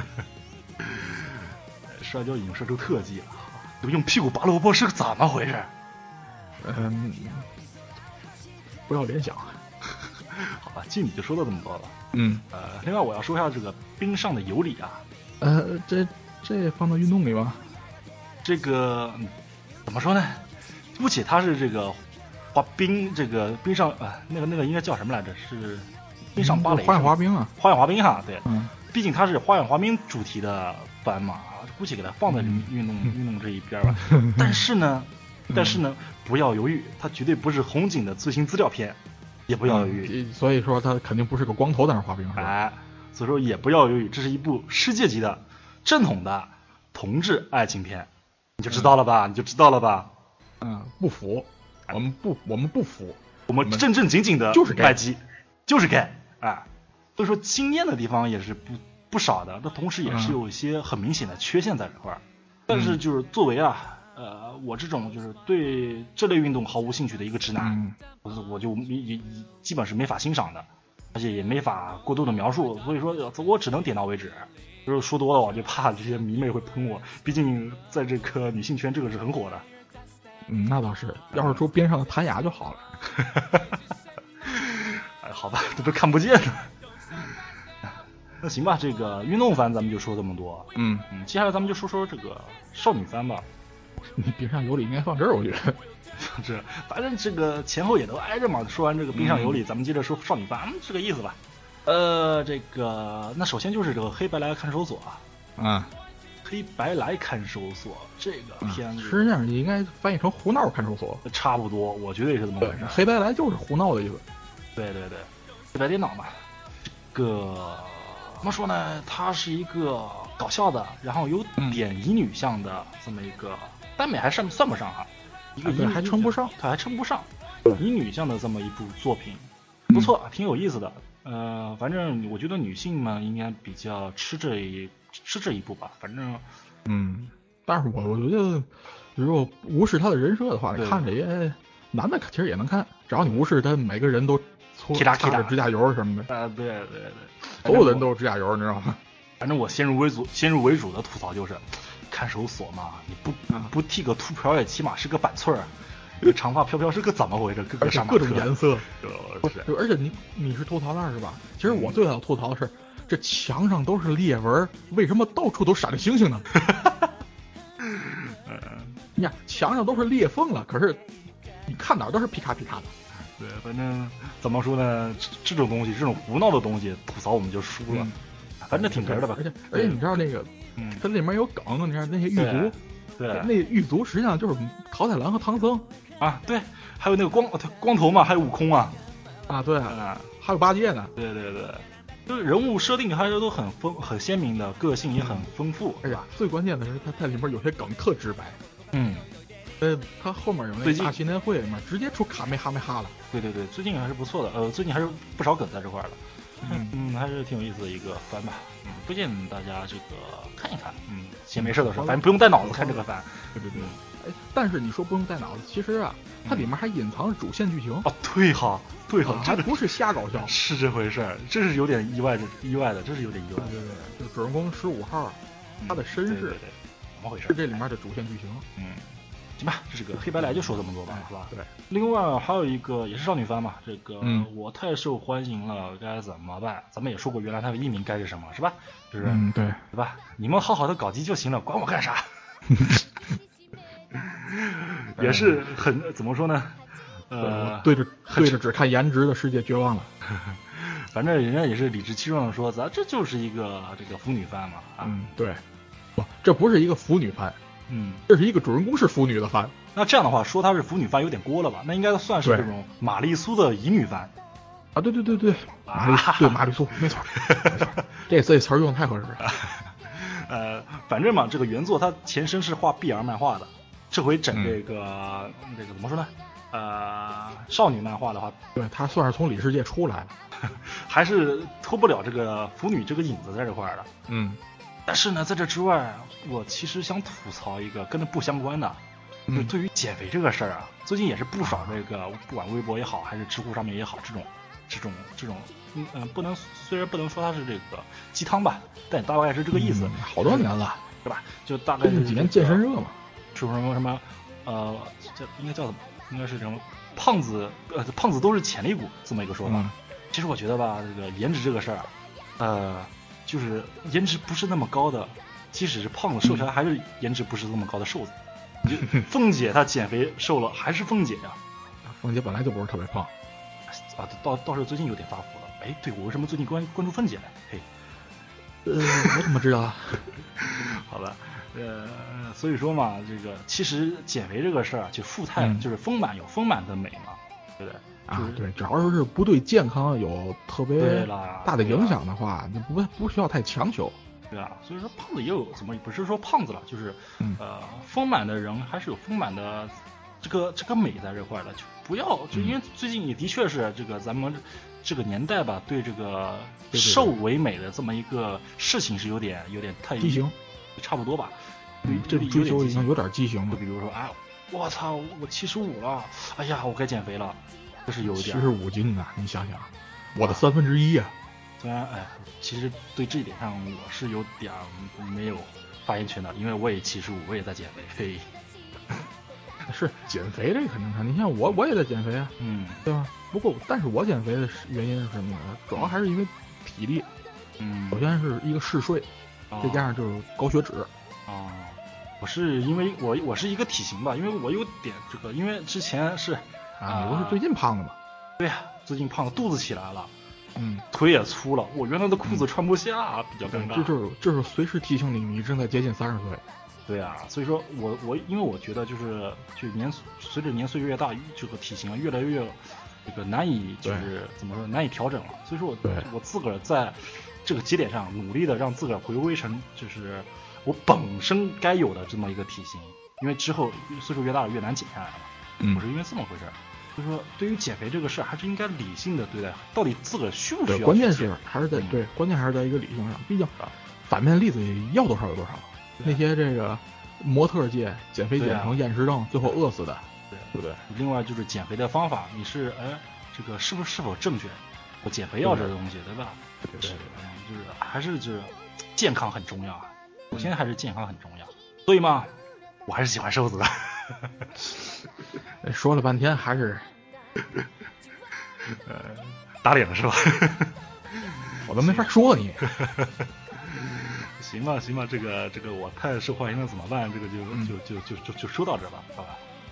摔跤已经说出特技了，用屁股拔萝卜是个怎么回事？ 嗯，不要联想。 好吧，妓女就说到这么多了。 嗯， 呃，另外我要说一下这个冰上的尤里啊。 呃，这这放到运动里吗？ 这个。怎么说呢？不且他是这个滑冰，这个冰上啊、呃，那个那个应该叫什么来着？是冰上芭蕾、 嗯、花样滑冰啊， 花样滑冰哈，对， 嗯， 毕竟它是花样滑冰主题的班嘛，估计给它放在运动、嗯、运动这一边吧。但是呢，但是呢，不要犹豫，它绝对不是红警的最新资料片，也不要犹豫。 嗯、所以说它肯定不是个光头在那滑冰，是吧？ 哎，所以说也不要犹豫，这是一部世界级的正统的同志爱情片，你就知道了吧？嗯、你就知道了吧？ 嗯，不服，我们不，我们不服， 我们正正经经的就是麦基，就是该啊。所以说惊艳的地方也是不不少的，那同时也是有一些很明显的缺陷在这块儿。嗯、但是就是作为啊，呃，我这种就是对这类运动毫无兴趣的一个直男， 嗯、 我我就也基本是没法欣赏的，而且也没法过多的描述，所以说我只能点到为止。就是说多了我就怕这些迷妹会喷我，毕竟在这个女性圈这个是很火的。 嗯，那倒是，要是说边上的弹牙就好了。 哎，好吧，这都看不见了。那行吧，这个运动番咱们就说这么多。 嗯嗯，接下来咱们就说说这个少女番吧。 你冰上有理应该放这儿，我觉得。 这反正这个前后也都挨着嘛。说完这个冰上有理，嗯、咱们接着说少女番，嗯，这个意思吧。呃，这个那首先就是这个黑白来看守所啊。啊。 黑白来看守所这个片子， 嗯、实际上应该翻译成胡闹看守所， 差不多，我觉得也是这么回事。 黑白来就是胡闹的意思。 对对对，黑白颠倒嘛。这个怎么说呢？它是一个搞笑的，然后有点乙女向的这么一个，耽美还算算不上哈，一个乙女还称不上， 它还称不上乙女向的这么一部作品，不错，挺有意思的。呃，反正我觉得女性嘛，应该比较吃这一。是这一部吧，反正， 嗯，但是我我觉得，如果无视他的人设的话，看着也男的其实也能看，只要你无视他每个人都搓擦着指甲油什么的， 啊，对对对， 所有的人都有指甲油，你知道吗？ 反正我先入为主，先入为主的吐槽就是，看守所嘛，你不不剃个秃瓢也起码是个板寸儿，这长发飘飘是个怎么回事？各个各种颜色， 是， 而且你你是吐槽那是吧？其实我最想吐槽的是。这墙上都是裂纹，为什么到处都闪着星星呢？你看墙上都是裂缝了，可是你看哪儿都是皮卡皮卡的。 对，反正怎么说呢，这种东西，这种胡闹的东西，吐槽我们就输了。嗯、反正挺哏的吧。 而且而且你知道那个，嗯，它里面有梗，你看那些狱卒， 对， 那狱卒实际上就是桃太郎和唐僧啊，对，还有那个光光头嘛，还有悟空啊， 啊，对啊，还有八戒呢， 对对对。就是人物设定还是都很丰很鲜明的，个性也很丰富， 而且最关键的是它它里面有些梗特直白。 嗯， 呃，它后面有那大新年会里面直接出卡梅哈梅哈了。 对对对，最近还是不错的，呃，最近还是不少梗在这块的。 嗯嗯，还是挺有意思的一个番吧。嗯，推荐大家这个看一看。嗯，闲没事的时候，反正不用带脑子看这个番。 对对对。哎，但是你说不用带脑子，其实啊，它里面还隐藏着主线剧情。 哦，对哈。对哈， 还不是瞎搞笑， 是这回事儿，这是有点意外的，意外的，这是有点意外。 对对对，就主人公十五号，他的身世， 对对对，怎么回事？ 是这里面的主线剧情。 嗯，行吧，这是个黑白来就说这么多吧，是吧？ 对。 另外还有一个也是少女番嘛，这个、 嗯、 我太受欢迎了，该怎么办？咱们也说过，原来它的艺名该是什么，是吧？就是嗯，对， 对吧？你们好好的搞基就行了，管我干啥？也是很怎么说呢？呃， 对着对着只看颜值的世界绝望了。 反正人家也是理直气壮的说，咱这就是一个这个腐女番嘛。啊、 嗯，对，不，这不是一个腐女番， 嗯， 这是一个主人公是腐女的番。 那这样的话，说它是腐女番有点过了吧？那应该算是这种玛丽苏的乙女番。 啊，对对对对，玛丽对玛丽苏，没错，没错，这这词儿用的太合适了。 呃，反正嘛，这个原作它前身是画 B L 漫画的，这回整这个、嗯、这个怎么说呢？呃，少女漫画的话， 对，他算是从里世界出来了， 还是脱不了这个腐女这个影子在这块的。 嗯， 但是呢，在这之外，我其实想吐槽一个跟它不相关的， 嗯、 就是对于减肥这个事儿啊，最近也是不少这个，不管微博也好，还是知乎上面也好，这种这种这种，嗯、呃，不能虽然不能说它是这个鸡汤吧，但大概是这个意思。 嗯、好多年了， 是吧？就大概是、这个、 几年健身热嘛， 说什么什么，呃，这应该叫什么？应该是什么？胖子，呃，胖子都是潜力股这么一个说法。 嗯、 其实我觉得吧，这个颜值这个事儿，呃，就是颜值不是那么高的，即使是胖子瘦下来，还是颜值不是那么高的瘦子。你就凤姐她减肥瘦了，还是凤姐呀、 啊。凤姐本来就不是特别胖， 啊，倒倒是最近有点发福了。 哎，对，我为什么最近关关注凤姐呢？嘿， 呃，我怎么知道啊？ 好吧，呃，所以说嘛，这个其实减肥这个事儿，就富态、嗯、就是丰满有丰满的美嘛，对不对？ 啊，对，只要是不对健康有特别大的影响的话，那不不需要太强求。 对啊，所以说胖子也有怎么不是说胖子了，就是、嗯、呃丰满的人还是有丰满的这个这个美在这块的，就不要就因为最近也的确是这个咱们这个年代吧，对这个瘦为美的这么一个事情是有点有点太畸形， 差不多吧。 对，这个追求已经有点畸形了。 就比如说，哎，我操，我七十五了，哎呀，我该减肥了，这是有点。 七十五斤啊，你想想，我的三分之一啊。 虽然哎，其实对这一点上我是有点没有发言权的，因为我也七十五，我也在减肥。嘿， 是减肥这个肯定是，你像我，我也在减肥啊， 嗯， 对吧？不过，但是我减肥的原因是什么呢？主要还是因为体力， 嗯， 首先是一个嗜睡， 哦、 再加上就是高血脂。 哦，我是因为我我是一个体型吧，因为我有点这个，因为之前是啊，你不是最近胖的吗？ 对呀、啊，最近胖了，肚子起来了。 嗯， 腿也粗了，我原来的裤子穿不下，嗯、比较尴尬。 这就是这是随时提醒你，你正在接近三十岁。 对啊，所以说我我因为我觉得就是就年随着年岁越大，这个体型越来越这个难以就是怎么说难以调整了。所以说我我自个儿在这个节点上努力的让自个儿回归成就是我本身该有的这么一个体型，因为之后岁数越大越难减下来了。 嗯， 我是因为这么回事儿。就是说，对于减肥这个事儿，还是应该理性的对待。到底自个儿需不需要？ 关键是还是在、嗯、对，关键还是在一个理性上。毕竟反面例子要多少有多少。那些这个模特界减肥减成厌食症、啊、最后饿死的， 对对不对？ 另外就是减肥的方法，你是哎这个是不是是否正确？我减肥药这东西，对吧？ 对对对， 嗯，就是还是就是健康很重要啊。首先还是健康很重要，所以嘛，我还是喜欢瘦子的。 说了半天还是呃打脸了是吧？ 我都没法说你。 行吧行吧，这个这个我太受欢迎了怎么办？这个就、嗯、就就就就就说到这吧，好吧。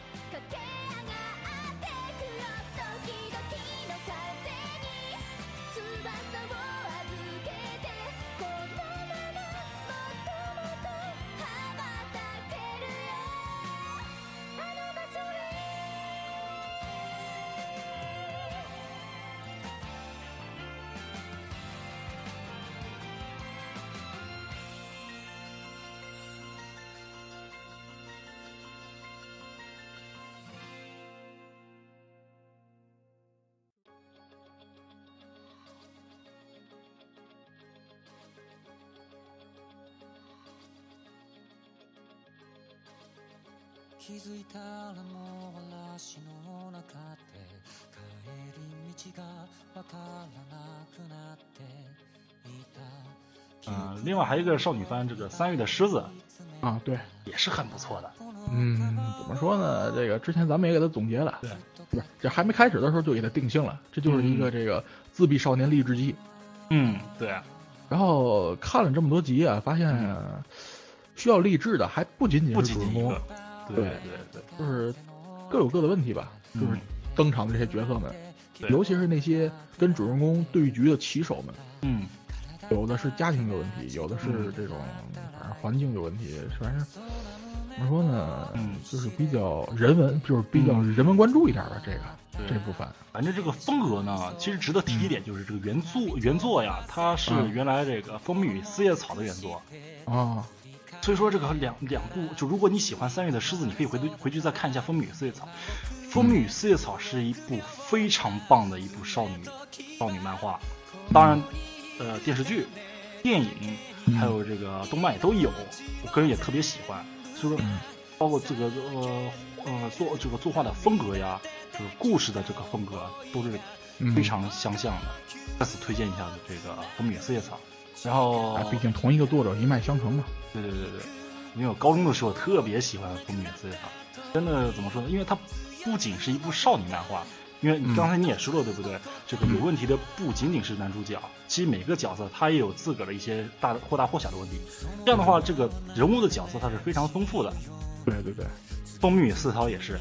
気づいたらもう嵐の中で帰り道がわからなくなっていた。 嗯，另外还有一个少女番，这个三月的狮子啊，对， 也是很不错的。 嗯，怎么说呢？这个之前咱们也给他总结了， 对， 不是这还没开始的时候就给他定性了，这就是一个这个自闭少年励志记。 嗯，对。 然后看了这么多集啊，发现需要励志的还不仅仅是主人公。 对对对， 就是各有各的问题吧。嗯、就是登场的这些角色们，尤其是那些跟主人公对局的棋手们， 嗯， 有的是家庭有问题，有的是这种反正环境有问题，反正怎么说呢， 嗯， 就是比较人文，就是比较人文关注一点的这个、嗯、这部分。 反正这个风格呢，其实值得提一点，就是这个原作、嗯、原作呀，它是原来这个《蜂蜜与四叶草》的原作啊。哦， 所以说这个两两部，就如果你喜欢三月的狮子，你可以回回去再看一下《蜂蜜与四叶草》。《蜂蜜与四叶草》是一部非常棒的一部少女少女漫画，当然，呃，电视剧、电影还有这个动漫也都有，我个人也特别喜欢。所以说，包括这个呃呃作这个作画的风格呀，这个故事的这个风格都是非常相像的。再次推荐一下这个《蜂蜜与四叶草》。然后， 啊、毕竟同一个作者一脉相承嘛。 对对对对，因为我高中的时候特别喜欢《蜂蜜与四叶草》，真的怎么说呢？因为它不仅是一部少女漫画，因为你刚才你也说了，嗯、对不对？这个有问题的不仅仅是男主角，其实每个角色他也有自个儿的一些大或大或小的问题。这样的话，这个人物的角色他是非常丰富的。 对对对， 蜂蜜与四叶草也是，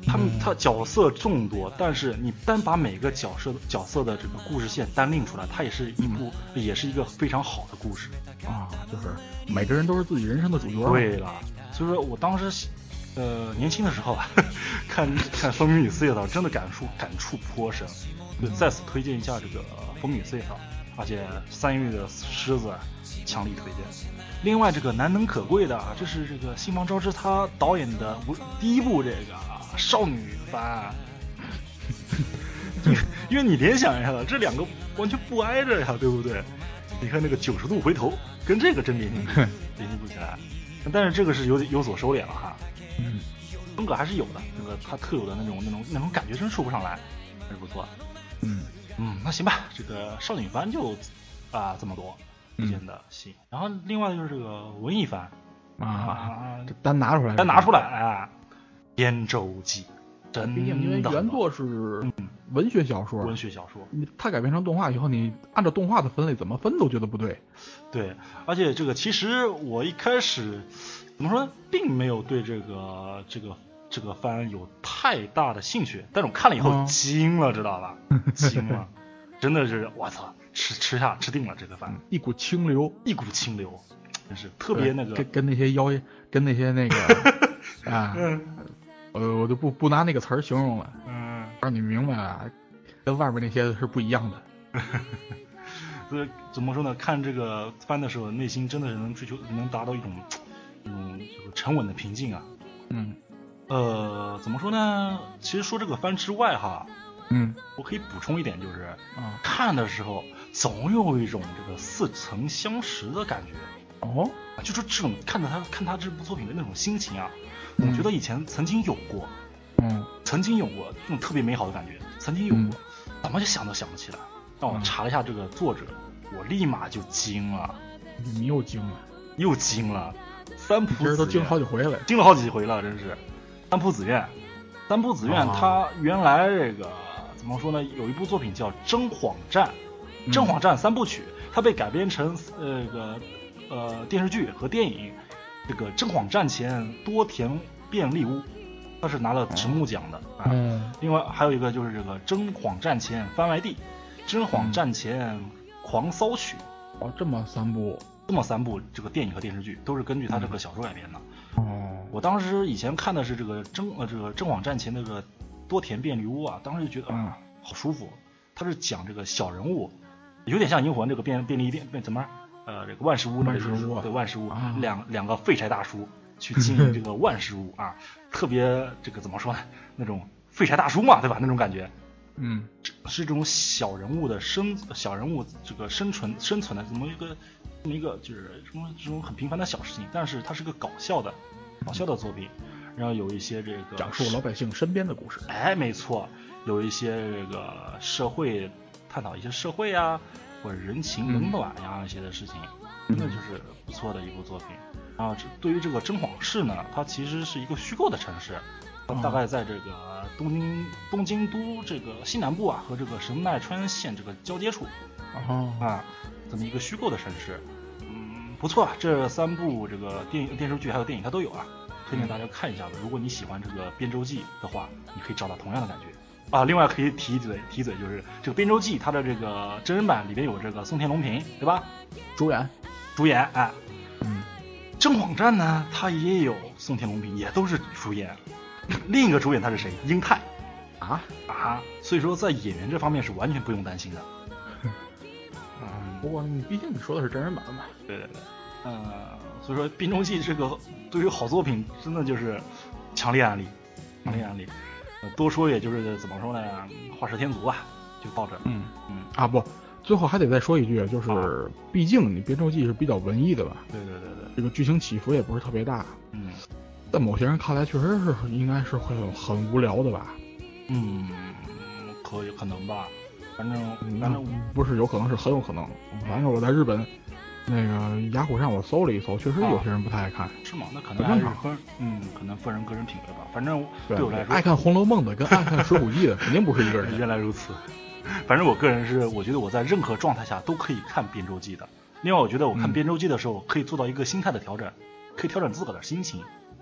他们他角色众多，但是你单把每个角色角色的这个故事线单拎出来，它也是一部、嗯、也是一个非常好的故事啊，就是每个人都是自己人生的主角。 对了，所以说我当时呃年轻的时候啊，看看《风靡与 C 岛》，真的感触感触颇深，就在此推荐一下这个《风靡与 C 岛》，而且三月的狮子强力推荐。另外这个难能可贵的啊，这是这个新房昭之他导演的第一部这个少女番，因为你联想一下了，这两个完全不挨着呀，对不对？你看那个九十度回头跟这个真联系联系不起来，但是这个是有有所收敛了哈， 嗯， 风格还是有的，那个他特有的那种那种那种感觉真说不上来，还是不错。 嗯嗯，那行吧，这个少女番就啊这么多推荐的戏，然后另外就是这个文艺番啊，啊这单拿出来， 单拿出来啊，《编舟记》真的， 毕竟因为原作是文学小说， 文学小说， 它改编成动画以后，你按照动画的分类怎么分都觉得不对。 对，而且这个其实我一开始怎么说呢，并没有对这个这个这个番有太大的兴趣，但是我看了以后惊了，嗯、知道吧？惊了，真的是我操，吃吃下吃定了这个番， 一股清流， 一股清流，真是特别那个， 跟跟那些妖跟那些那个啊。嗯呃，我就不不拿那个词儿形容了，嗯，让你明白啊，跟外面那些是不一样的。 所以怎么说呢？看这个番的时候，内心真的是能追求，能达到一种，嗯，就是沉稳的平静啊。 嗯， 呃，怎么说呢？其实说这个番之外哈， 嗯， 我可以补充一点，就是啊， 看的时候总有一种这个似曾相识的感觉。 哦， 就是这种看着他看他这部作品的那种心情啊。我觉得以前曾经有过， 嗯， 曾经有过这种特别美好的感觉，曾经有过，嗯、怎么就想都想不起来。但我查了一下这个作者，嗯、我立马就惊了。 你又惊了， 又惊了。三浦子都惊好几回了， 惊了好几回了，真是。三浦子苑，三浦子苑，他原来这个怎么说呢？有一部作品叫《真谎战》，《真谎战》三部曲，它被改编成呃个呃电视剧和电影。这个《真谎战前多田便利屋》，它是拿了直木奖的啊。 嗯。 另外还有一个就是这个《真谎战前番外地》，《真谎战前狂骚曲》。 哦，这么三部， 这么三部这个电影和电视剧都是根据他这个小说改编的。 哦。 我当时以前看的是这个真呃这个《真谎战前》那个多田便利屋啊，当时就觉得啊好舒服。他是讲这个小人物，有点像银魂这个便便利店怎么？呃，这个万事屋， 万事屋， 对万事屋， 啊、 两两个废柴大叔去经营这个万事屋啊，特别这个怎么说呢？那种废柴大叔嘛，对吧？那种感觉， 嗯， 是这种小人物的生，小人物这个生存生存的这么一个这么一个就是什么这种很平凡的小事情，但是它是个搞笑的搞笑的作品，然后有一些这个讲述老百姓身边的故事， 哎，没错，有一些这个社会探讨一些社会啊。或者人情冷暖呀一些的事情，真的就是不错的一部作品。然后对于这个真谎市呢，它其实是一个虚构的城市，它大概在这个东京东京都这个西南部啊和这个神奈川县这个交接处，啊，这么一个虚构的城市。嗯，不错啊，这三部这个电影、电视剧还有电影它都有啊，推荐大家看一下子。如果你喜欢这个编舟记的话，你可以找到同样的感觉。啊，另外可以提嘴提嘴，就是这个《编舟记》它的这个真人版里边有这个松田龙平，对吧？ 主演， 主演，哎， 嗯， 真谎战呢，它也有松田龙平，也都是主演。另一个主演他是谁？英泰， 啊啊，所以说在演员这方面是完全不用担心的。 嗯，不过你毕竟你说的是真人版嘛。 对对对，呃，所以说《编舟记》这个对于好作品真的就是强烈安利，强烈安利。多说也就是怎么说呢，画蛇添足吧，就到这。 嗯嗯啊不，最后还得再说一句，就是、啊、毕竟你编舟记是比较文艺的吧？ 对对对对， 这个剧情起伏也不是特别大。 嗯， 在某些人看来，确实是应该是会很无聊的吧？ 嗯，可以可能吧，反正反正不是有可能是很有可能。反正我在日本。那个雅虎上我搜了一搜，确实有些人不太爱看，啊、 是吗？那可能还是分，嗯，可能分人个人品味吧。反正对我来说， 爱看《红楼梦》的跟爱看《水浒记》的肯定不是一个人。 原来如此。反正我个人是，我觉得我在任何状态下都可以看编舟记的。另外，我觉得我看编舟记的时候，可以做到一个心态的调整，可以调整自个的心情。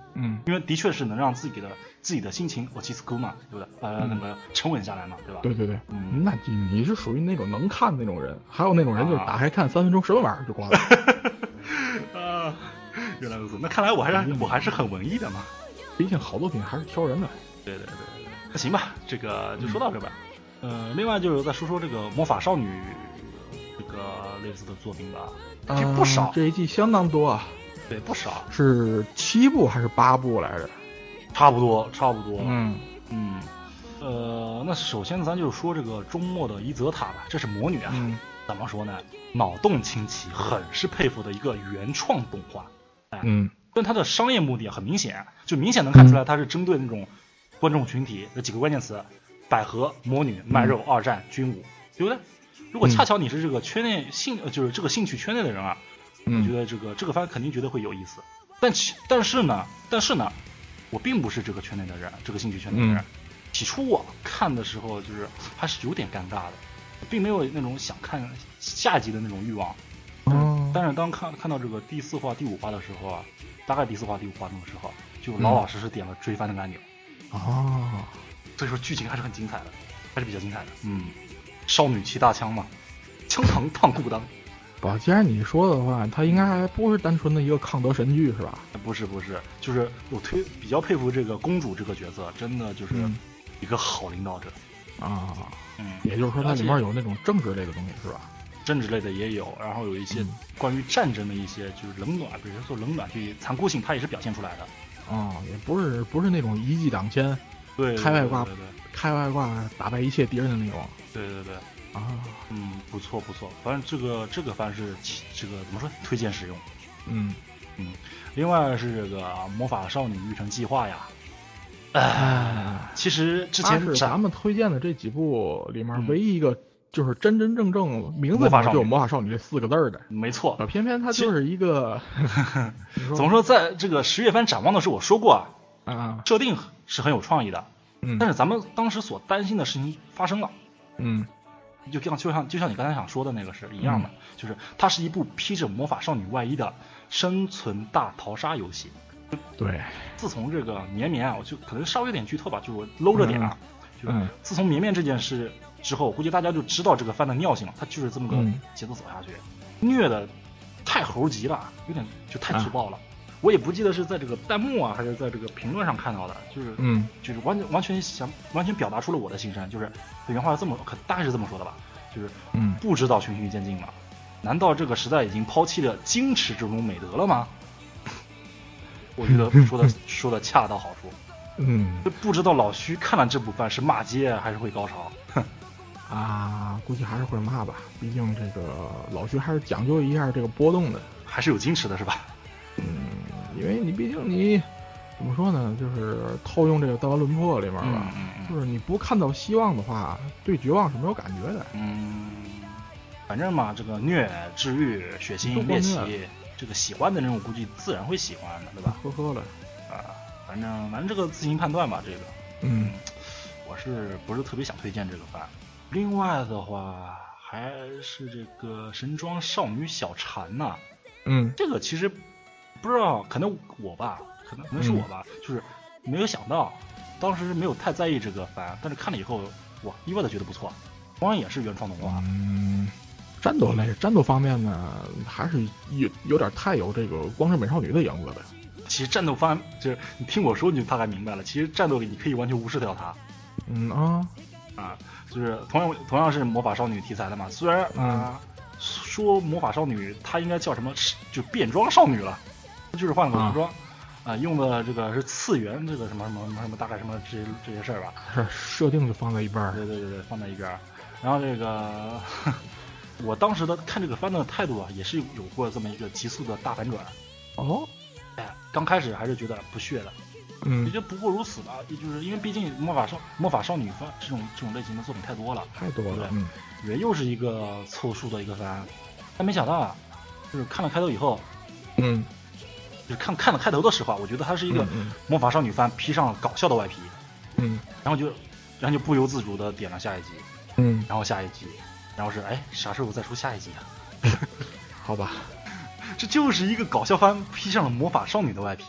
嗯， 因为的确是能让自己的自己的心情我其次沟嘛，对不对？呃， 嗯、 那个沉稳下来嘛，对吧？ 对对对， 嗯， 那你你是属于那种能看那种人，还有那种人就是打开看三分钟十分玩就关了。 啊，原来如此，那看来我还是我还是很文艺的嘛。 毕竟好作品还是挑人的。 对对对对，那行吧，这个就说到这吧。嗯、呃，另外就是再说说这个魔法少女这个类似的作品吧，这不少、 呃，这一季相当多啊。 对，不少， 是七部还是八部来着？ 差不多，差不多。 嗯嗯，呃，那首先咱就说这个终末的伊泽塔吧，这是魔女啊。 嗯， 怎么说呢？脑洞清奇，很是佩服的一个原创动画。哎， 嗯， 但它的商业目的很明显，就明显能看出来它是针对那种观众群体的几个关键词：百合、魔女、卖肉、二战、军武，对不对？如果恰巧你是这个圈内兴，呃，就是这个兴趣圈内的人啊。我觉得这个这个番肯定觉得会有意思，但其但是呢，但是呢，我并不是这个圈内的人，这个兴趣圈内的人。嗯、起初我看的时候就是还是有点尴尬的，并没有那种想看下集的那种欲望。 嗯， 但是当看看到这个第四话、第五话的时候啊，大概第四话、第五话那个时候，就老老实实点了追番的按钮。 哦， 所以说剧情还是很精彩的，还是比较精彩的。嗯，少女骑大枪嘛，枪膛烫裤裆。 不，既然你说的话，它应该还不是单纯的一个康德神剧是吧？ 不是不是，就是我推比较佩服这个公主这个角色，真的就是一个好领导者、 嗯、啊。 嗯， 也就是说它里面有那种政治类的东西是吧？ 政治类的也有，然后有一些关于战争的一些就是冷暖，比如说冷暖对残酷性，它也是表现出来的。 啊、嗯，也不是不是那种一骑当千， 对， 开外挂， 对对对， 开外挂打败一切敌人的那种。 对对对。 啊， 嗯，不错不错，反正这个这个番是这个怎么说，推荐使用。 嗯嗯，另外是这个魔法少女育成计划呀。哎、呃，其实之前是咱们推荐的这几部里面唯一一个就是真真正正名字里面就有魔法少女这四个字的。 没错， 偏偏它就是一个怎么说，在这个十月番展望的时候我说过啊，啊设定是很有创意的。 嗯， 但是咱们当时所担心的事情发生了。 嗯。 就像就像就像你刚才想说的那个是一样的、嗯，就是它是一部披着魔法少女外衣的生存大逃杀游戏。 对， 自从这个绵绵啊，我就可能稍微有点剧透吧，就我搂着点啊。嗯、就自从绵绵这件事之后，估计大家就知道这个番的尿性了，它就是这么个节奏走下去，嗯、虐的太猴急了，有点就太粗暴了。啊、我也不记得是在这个弹幕啊，还是在这个评论上看到的，就是嗯， 就是完完全想完全表达出了我的心声，就是原话这么可大概是这么说的吧，就是嗯， 不知道循序渐进吗？难道这个时代已经抛弃了矜持这种美德了吗？我觉得说的说的恰到好处。 嗯， 不知道老徐看了这部番是骂街还是会高潮？哼， 啊，估计还是会骂吧，毕竟这个老徐还是讲究一下这个波动的， 还是有矜持的是吧？ 嗯，因为你毕竟你怎么说呢，就是套用这个《弹丸论破》里面吧、 嗯嗯嗯， 就是你不看到希望的话，对绝望是没有感觉的。 嗯，反正嘛，这个虐、治愈、血腥、猎奇，这个喜欢的人我估计自然会喜欢的，对吧？ 呵呵了啊，反正反正这个自行判断吧，这个， 嗯， 我是不是特别想推荐这个番？另外的话，还是这个神装少女小蝉呐、啊， 嗯， 这个其实不知道，可能我吧。可能可能是我吧、嗯，就是没有想到，当时没有太在意这个番，但是看了以后，哇，意外的觉得不错。同样也是原创动画。 嗯，战斗类战斗方面呢，还是有有点太有这个光之美少女的影子的。 其实战斗番就是你听我说你就大概明白了，其实战斗你可以完全无视掉它。 嗯啊啊，就是同样同样是魔法少女题材的嘛，虽然啊、呃嗯、说魔法少女她应该叫什么，就变装少女了，就是换了个服装。啊啊，用的这个是次元，这个什么什么什么什么，大概什么这这些事儿吧。 是设定就放在一边儿。 对对对对，放在一边儿。然后这个，我当时的看这个番的态度啊，也是有过这么一个急速的大反转。 哦， 哎，刚开始还是觉得不屑的， 嗯， 也就不过如此吧。也就是因为毕竟魔法少魔法少女番这种这种类型的作品太多了， 太多了。 对， 嗯， 以为又是一个凑数的一个番，但没想到啊，就是看了开头以后， 嗯。 就是看看了开头的时候啊，我觉得它是一个魔法少女番披上搞笑的外皮， 嗯， 然后就，然后就不由自主的点了下一集， 嗯， 然后下一集，然后是哎啥时候再出下一集啊？ 好吧， 这就是一个搞笑番披上了魔法少女的外皮，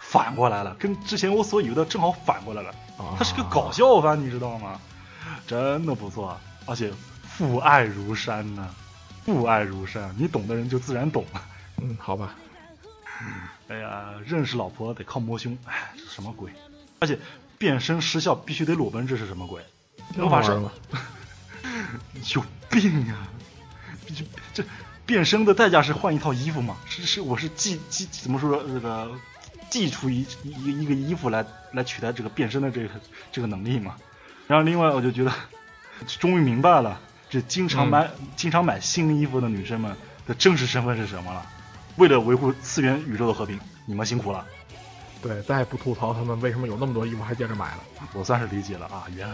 反过来了，跟之前我所以为的正好反过来了。 啊、 它是个搞笑番，你知道吗？真的不错，而且父爱如山呢、啊，父爱如山，你懂的人就自然懂了。 嗯，好吧。 哎呀，认识老婆得靠摸胸，哎，这什么鬼？而且变身失效必须得裸奔，这是什么鬼？魔法师有病啊！这这变身的代价是换一套衣服吗？是是，我是寄寄怎么说这个寄出一一一个衣服来来取代这个变身的这个这个能力吗？然后另外我就觉得，终于明白了，这经常买、嗯、经常买新衣服的女生们的真实身份是什么了。为了维护次元宇宙的和平，你们辛苦了。 对，再也不吐槽他们为什么有那么多衣服还接着买了。 我算是理解了啊，原来。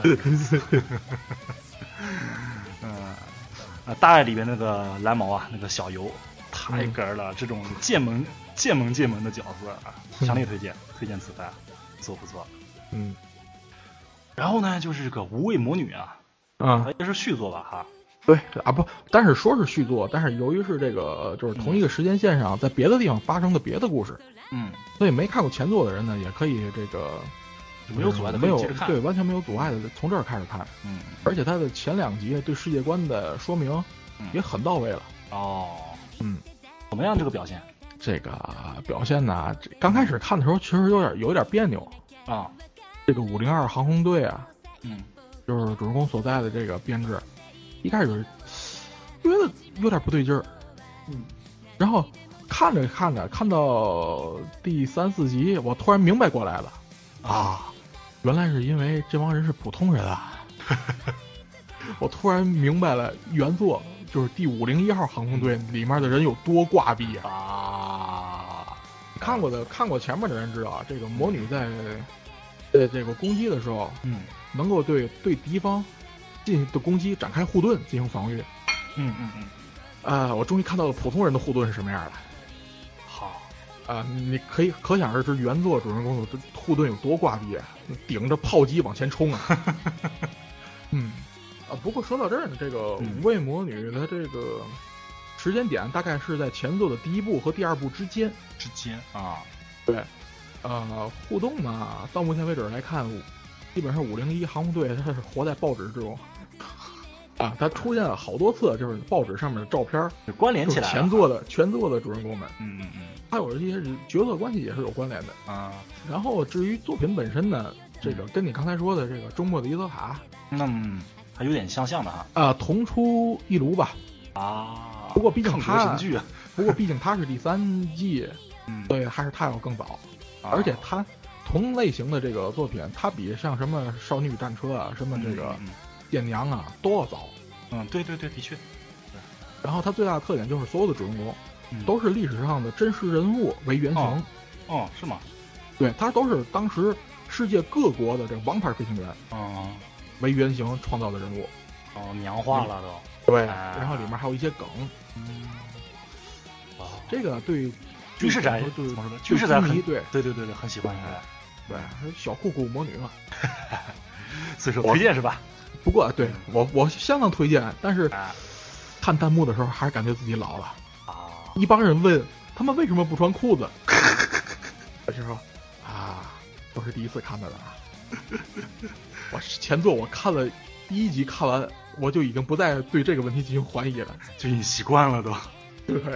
嗯，啊，大爱里边那个蓝毛啊，那个小游太哏了、嗯，这种剑门剑门剑门的角色啊，强烈推荐、嗯、推荐此番，不错不错。 嗯。 然后呢，就是这个无畏魔女啊， 啊、 嗯，也是续作吧哈。 对啊，不，但是说是续作，但是由于是这个就是同一个时间线上，在别的地方发生的别的故事， 嗯， 所以没看过前作的人呢，也可以这个没有阻碍的没有对完全没有阻碍的从这儿开始看， 嗯， 而且它的前两集对世界观的说明也很到位了。 哦， 嗯， 怎么样这个表现？ 这个表现呢，刚开始看的时候其实有点有一点别扭啊， 这个五零二航空队啊， 嗯， 就是主人公所在的这个编制。一开始觉得有点不对劲儿， 嗯， 然后看着看着看到第三四集，我突然明白过来了，啊，原来是因为这帮人是普通人啊！我突然明白了原作就是第五零一号航空队里面的人有多挂逼啊！ 看过的看过前面的人知道，这个魔女在呃这个攻击的时候， 嗯， 能够对对敌方进行的攻击展开护盾进行防御， 嗯嗯嗯， 啊、呃，我终于看到了普通人的护盾是什么样的。 好， 啊、呃，你可以可想而知原作主人公的护盾有多挂逼，顶着炮击往前冲啊。嗯，啊，不过说到这儿呢，这个无畏魔女的这个时间点大概是在前作的第一部和第二部之间之间啊。 对，呃，互动呢，到目前为止来看。基本上五零一航空队它是活在报纸之中啊，它出现了好多次，就是报纸上面的照片关联起来了， 前作的全作的主人公们， 嗯嗯嗯， 还有一些角色关系也是有关联的啊。 然后至于作品本身呢，这个跟你刚才说的这个周末的伊泽卡， 嗯，还有点相像的哈啊，同出一炉吧啊。 不过毕竟它神剧啊， 不过毕竟它是第三季， 嗯， 对，还是它要更早， 啊、 而且它。同类型的这个作品，它比像什么少女战车啊、什么这个剑娘啊、嗯、都要早。 嗯，对对对，的确。 然后它最大的特点就是所有的主人公、 嗯、 都是历史上的真实人物为原型。 哦，哦是吗？ 对，它都是当时世界各国的这个王牌飞行员哦为原型创造的人物。 哦，娘化了都。 对， 哎、 然后里面还有一些梗。 嗯。哦， 这个对军事宅对怎么说呢？军事宅很对对对对对很喜欢。 对，小酷酷魔女嘛， 所以说推荐是吧？ 不过对我我相当推荐，但是看弹幕的时候还是感觉自己老了啊！ 一帮人问他们为什么不穿裤子，我就说啊，都是第一次看的了。我前作我看了第一集，看完我就已经不再对这个问题进行怀疑了， 就已经习惯了都。 对。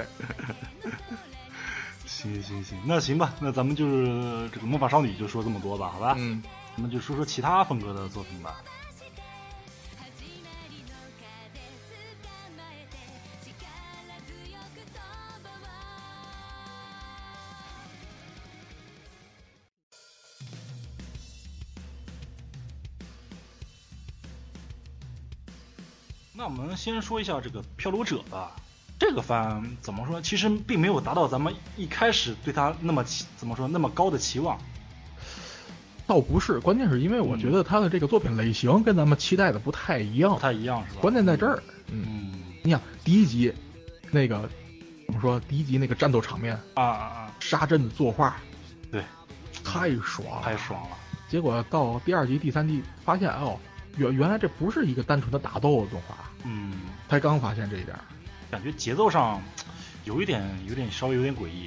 行行行，那行吧，那咱们就是这个魔法少女就说这么多吧，好吧？ 嗯， 咱们就说说其他风格的作品吧。那我们先说一下这个漂流者吧。这个番怎么说？其实并没有达到咱们一开始对他那么怎么说那么高的期望。 倒不是，关键是因为我觉得他的这个作品类型跟咱们期待的不太一样， 不太一样是吧？ 关键在这儿。 嗯，嗯你想第一集那个怎么说？第一集那个战斗场面啊啊啊， 沙阵的作画， 对， 太爽了， 太爽了。 结果到第二集、第三集，发现哦，原原来这不是一个单纯的打斗的动画。 嗯， 才刚发现这一点。 感觉节奏上有一点有点稍微有点诡异，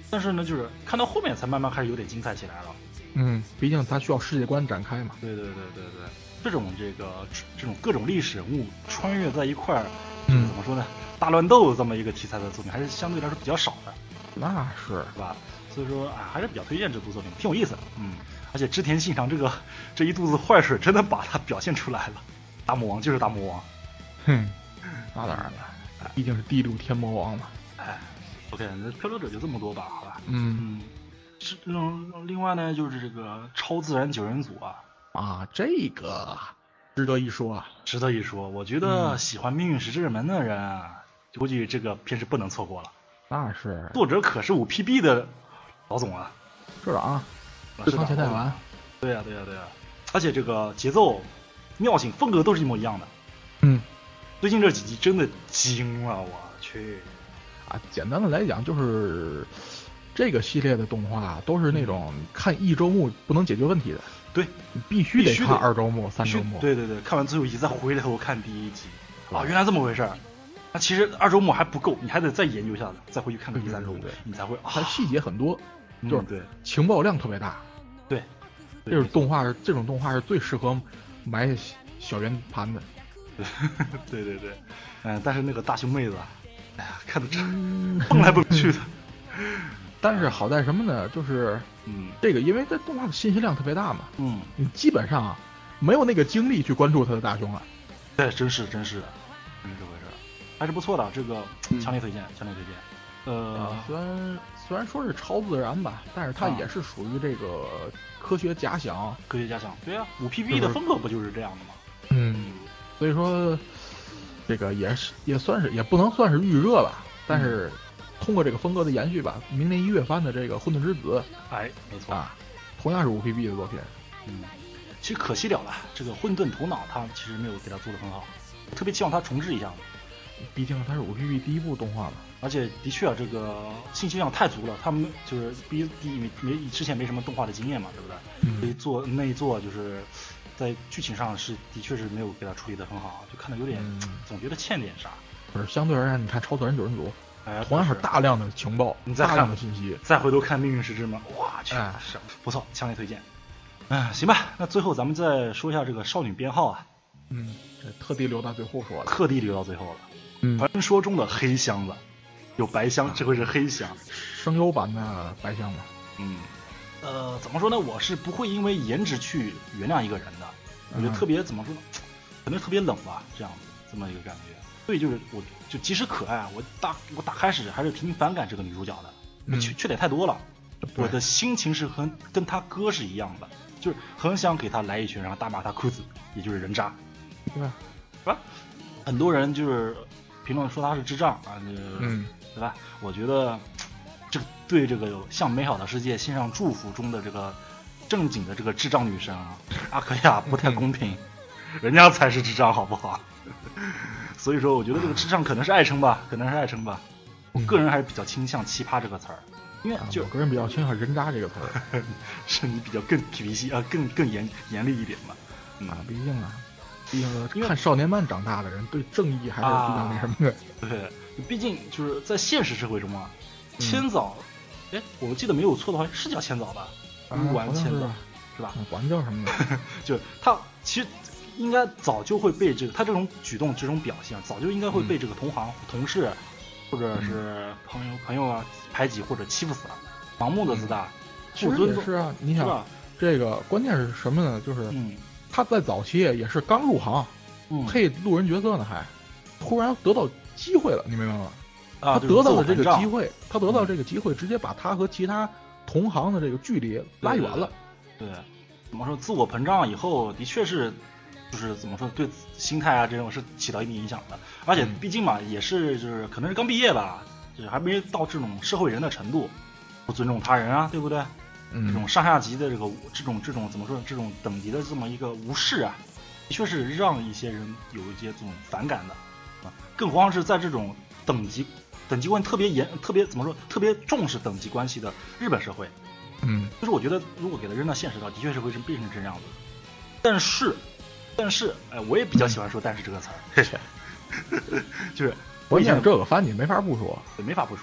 但是呢，就是看到后面才慢慢开始有点精彩起来了。 嗯，毕竟它需要世界观展开嘛。 对对对对对，这种这个这种各种历史人物穿越在一块儿， 嗯， 怎么说呢？大乱斗这么一个题材的作品还是相对来说比较少的。 那是是吧？所以说啊，还是比较推荐这部作品，挺有意思的。嗯，而且织田信长这个这一肚子坏水，真的把它表现出来了。大魔王就是大魔王。 哼，那当然了，毕竟是地六天魔王嘛。 哎 ，OK， 那漂流者就这么多吧，好吧。 嗯嗯，是嗯，另外呢，就是这个超自然九人组啊。 啊，这个值得一说啊， 值得一说。我觉得喜欢《命运石之门》的人啊，估计这个片是不能错过了。 那是， 作者可是五 P B 的老总啊， 是的啊，日常前太丸。 对呀、啊、对呀、啊、对呀、啊，而且这个节奏、妙性、风格都是一模一样的。 嗯， 最近这几集真的惊了，我去啊！简单的来讲，就是这个系列的动画都是那种看一周目不能解决问题的， 对， 你必须得看二周目、三周目。 对对对，看完最后一集再回头看第一集，啊，原来这么回事儿。那其实二周目还不够，你还得再研究一下子，再回去看看第三周目，你才会。 它细节很多， 嗯、 就是对情报量特别大。 对， 这种动画是这种动画是最适合埋小圆盘的。 对对对，嗯，但是那个大胸妹子，哎呀，看得真蹦来蹦去的。 但是好在什么呢？就是嗯， 这个因为这动画的信息量特别大嘛， 嗯， 你基本上啊没有那个精力去关注他的大胸了。 对，真是真是的，真是这回事，还是不错的，这个强烈推荐，强烈推荐。呃， 虽然虽然说是超自然吧，但是它也是属于这个科学假想。 科学假想，对啊，五 P B 的风格不就是这样的吗？ 嗯，所以说这个也是也算是也不能算是预热吧，但是通过这个风格的延续吧，明年一月番的这个《混沌之子》， 哎，没错啊，同样是五 P B 的作品。 嗯，其实可惜了了，这个《混沌头脑》它其实没有给它做得很好，特别希望它重置一下。 毕竟它是五 P B 第一部动画嘛， 而且的确啊，这个信息量太足了。他们就是毕第一没没之前没什么动画的经验嘛，对不对？ 嗯、 所以做那一做就是在剧情上是的确是没有给他处理得很好，就看得有点、嗯、总觉得欠点啥。 不是，相对而言，你看《超自然九人组》， 哎， 同样是大量的情报， 你再大量的信息， 再回头看《命运石之门》，哇去， 哎、 是不错，强烈推荐。嗯，行吧，那最后咱们再说一下这个少女编号啊。 嗯，这特地留到最后说了， 特地留到最后了。 嗯， 传说中的黑箱子，有白箱，这回是黑箱， 声优版的白箱嘛。 嗯，呃，怎么说呢？我是不会因为颜值去原谅一个人的，我觉得特别、嗯、怎么说呢？可能特别冷吧，这样子这么一个感觉。所以就是我就即使可爱，我大我打开始还是挺反感这个女主角的， 嗯、 缺缺点太多了。我的心情是和跟她哥是一样的，就是很想给她来一拳，然后大骂她裤子，也就是人渣， 对吧？ 是吧？很多人就是评论说她是智障啊， 嗯， 对吧？我觉得这对这个向美好的世界献上祝福中的这个正经的这个智障女生啊，阿可亚不太公平，嗯、人家才是智障，好不好？所以说，我觉得这个智障可能是爱称吧，可能是爱称吧。我个人还是比较倾向奇葩这个词儿。因为就我个人比较倾向人渣这个词儿， 是你比较更脾气啊，更更严严厉一点嘛。 嗯、啊，毕竟啊，毕竟看少年漫长大的人，对正义还是比较那什么的。 啊、对，毕竟就是在现实社会中啊，千早，哎、嗯，我记得没有错的话是叫千早吧？乌丸千早是吧？ 丸叫什么的？ 就是他其实应该早就会被这个他这种举动、这种表现，早就应该会被这个同行、嗯、同事。或者是朋友、嗯、朋友啊排挤或者欺负死了，盲目的自大， 不尊重。是啊，你想这个关键是什么呢？就是、嗯、他在早期也是刚入行， 嗯、 配路人角色呢，还突然得到机会了，你明白吗？ 啊、 他得到了这个机会，他得到这个机会，直接把他和其他同行的这个距离拉远了。 对，对对怎么说？自我膨胀以后，的确是。就是怎么说，对心态啊这种是起到一定影响的，而且毕竟嘛，也是就是可能是刚毕业吧，就是还没到这种社会人的程度，不尊重他人啊，对不对？ 嗯， 这种上下级的这个这种这种怎么说，这种等级的这么一个无视啊，的确是让一些人有一些这种反感的啊，更何况是在这种等级等级关系特别严、特别怎么说，特别重视等级关系的日本社会， 嗯， 就是我觉得如果给他扔到现实的话，的确是会变成这样子，但是。但是，哎，我也比较喜欢说“但是”这个词儿，就是关键这个番你没法不说， 没法不说。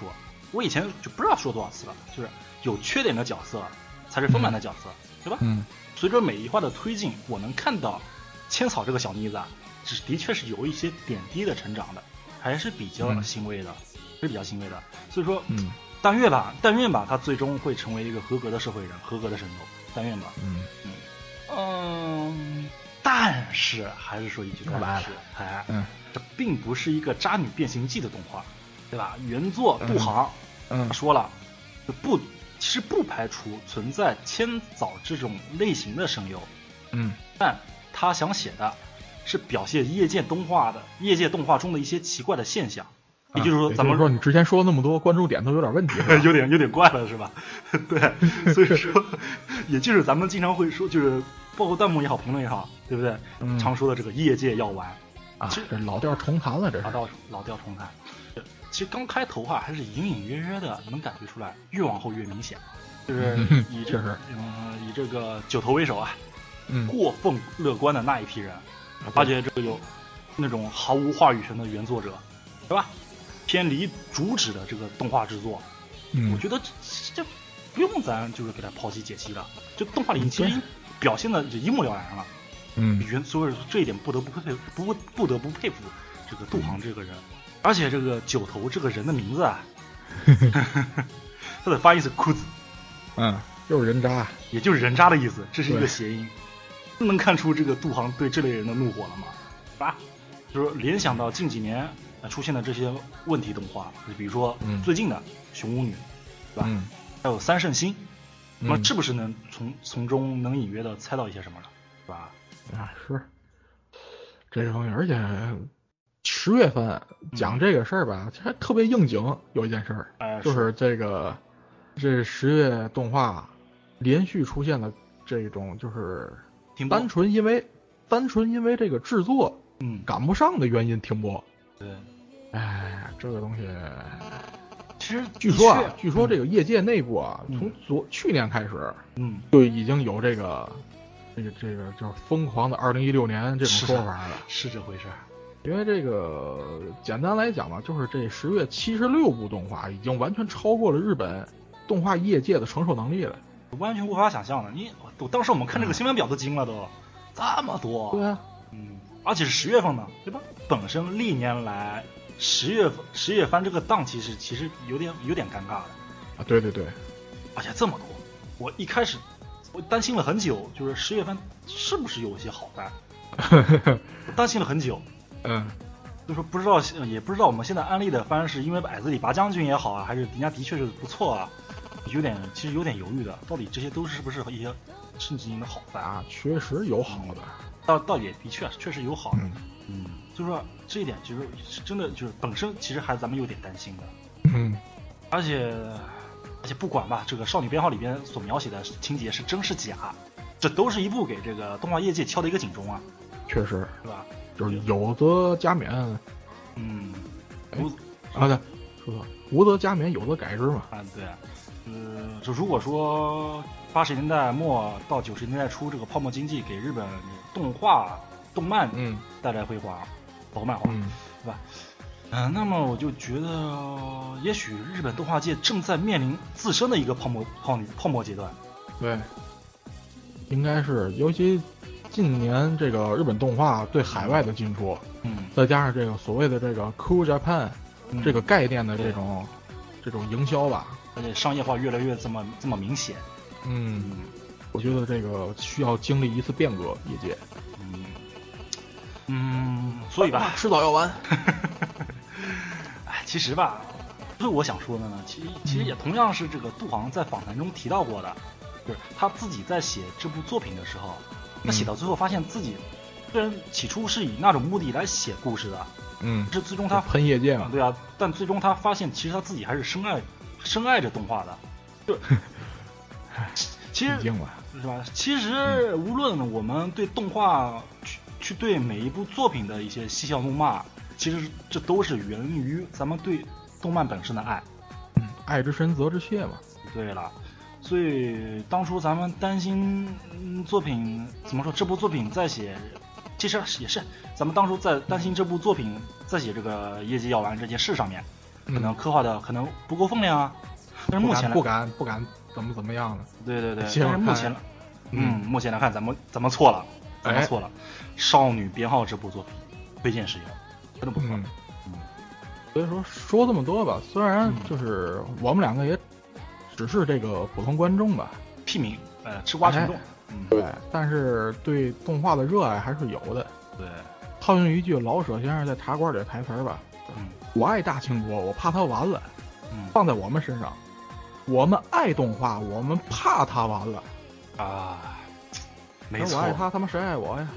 我以前就不知道说多少次了，就是有缺点的角色才是丰满的角色，嗯、对吧？ 嗯。 随着每一话的推进，我能看到千草这个小妮子啊，是的确是有一些点滴的成长的，还是比较欣慰的，嗯、是比较欣慰的。所以说， 嗯， 但愿吧，但愿吧，他最终会成为一个合格的社会人，合格的神偷，但愿吧。 嗯嗯嗯，但是还是说一句但是，哎， 嗯， 这并不是一个渣女变形记的动画，对吧？原作杜航， 嗯， 他说了，不。其实不排除存在千早这种类型的声优， 嗯， 但他想写的是表现业界动画的业界动画中的一些奇怪的现象，啊、也就是说，咱们说你之前说那么多关注点都有点问题， 有点有点怪了，是吧？对，所以说，也就是咱们经常会说，就是包括弹幕也好，评论也好，对不对？ 嗯、 常说的这个业界要玩啊，这老调重弹了，这是老调老调重弹。其实刚开头啊，还是隐隐约约的能感觉出来，越往后越明显，就是以这是嗯以这个九头为首啊， 嗯， 过分乐观的那一批人，而且这个有那种毫无话语权的原作者，对吧？偏离主旨的这个动画制作， 嗯， 我觉得这这不用咱就是给他剖析解析了，就动画里其实表现的就一目了然了， 嗯， 原所以这一点不得不佩服，不不得不佩服这个杜航这个人。而且这个九头这个人的名字啊，他的发音是裤子， 嗯，就是人渣， 也就是人渣的意思，这是一个谐音，能看出这个杜航对这类人的怒火了吗？是吧？就是联想到近几年出现的这些问题动画，比如说最近的熊巫女，对吧？ 嗯， 还有三圣星，那么嗯、 是不是能从从中能隐约的猜到一些什么了，是吧？ 啊，是这个方面，而且。十月份讲这个事儿吧，还特别应景。有一件事儿， 哎， 就是这个这十月动画连续出现了这种，就是单纯因为单纯因为这个制作嗯赶不上的原因停播。 对， 哎，这个东西其实据说啊，据说这个业界内部啊， 嗯、 从昨去年开始， 嗯， 就已经有这个这个这个就是疯狂的二零一六年这种说法了， 是, 是这回事。 因为这个简单来讲嘛，就是这十月七十六部动画已经完全超过了日本动画业界的承受能力了， 完全无法想象的。你我当时我们看这个新闻表都惊了都，都这么多。 对啊， 嗯，而且是十月份呢，对吧？本身历年来十月份十月番这个档期是其实有点有点尴尬的啊。对对对， 而且这么多，我一开始我担心了很久，就是十月份是不是有一些好番，我担心了很久。 嗯， 就说不知道，也不知道我们现在安利的番是因为矮子里拔将军也好啊，还是人家的确是不错啊，有点其实有点犹豫的，到底这些都是不是一些正经的好番啊？确实有好的， 倒倒也的确确实有好的， 嗯， 嗯，就是说这一点就是真的就是本身其实还咱们有点担心的， 嗯， 而且而且不管吧，这个少女编号里边所描写的情节是真是假，这都是一部给这个动画业界敲的一个警钟啊， 确实， 是吧？ 就是有则加勉， 嗯， 无啊对，说错，无则加勉，有则改之嘛。 啊对，呃，就如果说八十年代末到九十年代初这个泡沫经济给日本动画、动漫嗯带来辉煌，包括漫画， 嗯， 对吧？嗯、呃，那么我就觉得，也许日本动画界正在面临自身的一个泡沫泡泡沫阶段。 对，应该是，尤其。近年这个日本动画对海外的进出， 嗯， 再加上这个所谓的这个 Cool Japan、 嗯、 这个概念的这种这种营销吧， 而且商业化越来越这么这么明显， 嗯，我觉得这个需要经历一次变革，业界， 嗯嗯，所以吧， 迟早要完。 哎，其实吧，所以我想说的呢，其实其实也同样是这个杜航在访谈中提到过的，就是他自己在写这部作品的时候。他写到最后发现自己虽然起初是以那种目的来写故事的， 嗯， 是最终他喷业界嘛， 对啊，但最终他发现其实他自己还是深爱深爱着动画的，就其实是吧？其实无论我们对动画去去对每一部作品的一些嬉笑怒骂，其实这都是源于咱们对动漫本身的爱， 嗯，爱之深责之切嘛。 对了。所以当初咱们担心作品怎么说，这部作品在写，其实也是咱们当初在担心这部作品在写这个业绩要完这件事上面， 可能刻画的可能不够分量啊。但是目前不敢不敢怎么怎么样的。 对对对，但是目前，嗯，目前来看咱们咱们错了，咱们错了。 哎、 少女编号这部作品推荐使用，真的不错。 嗯，嗯所以说说这么多吧，虽然就是我们两个也只是这个普通观众吧， 屁民，呃，吃瓜群众。哎嗯，对，但是对动画的热爱还是有的。 对， 套用一句老舍先生在茶馆里的台词吧， 嗯， 我爱大清国，我怕它完了。 嗯， 放在我们身上，我们爱动画，我们怕它完了。 啊，没错。 我爱他，他妈谁爱我呀？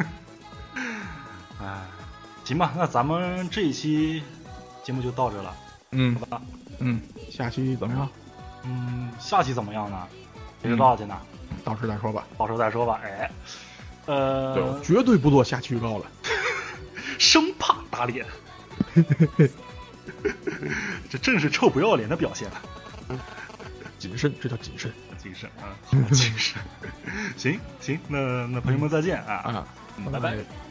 哎，行吧，那咱们这一期节目就到这了。 嗯， 好吧。 嗯，下期怎么样？ 嗯，下期怎么样呢？不知道去呢。 到时再说吧， 到时候再说吧。哎，呃， 对，我绝对不做下期预告了， 生怕打脸，这正是臭不要脸的表现了。 谨慎，这叫谨慎， 谨慎啊，谨慎。行行，那那朋友们再见啊啊， 嗯，拜拜。 拜拜。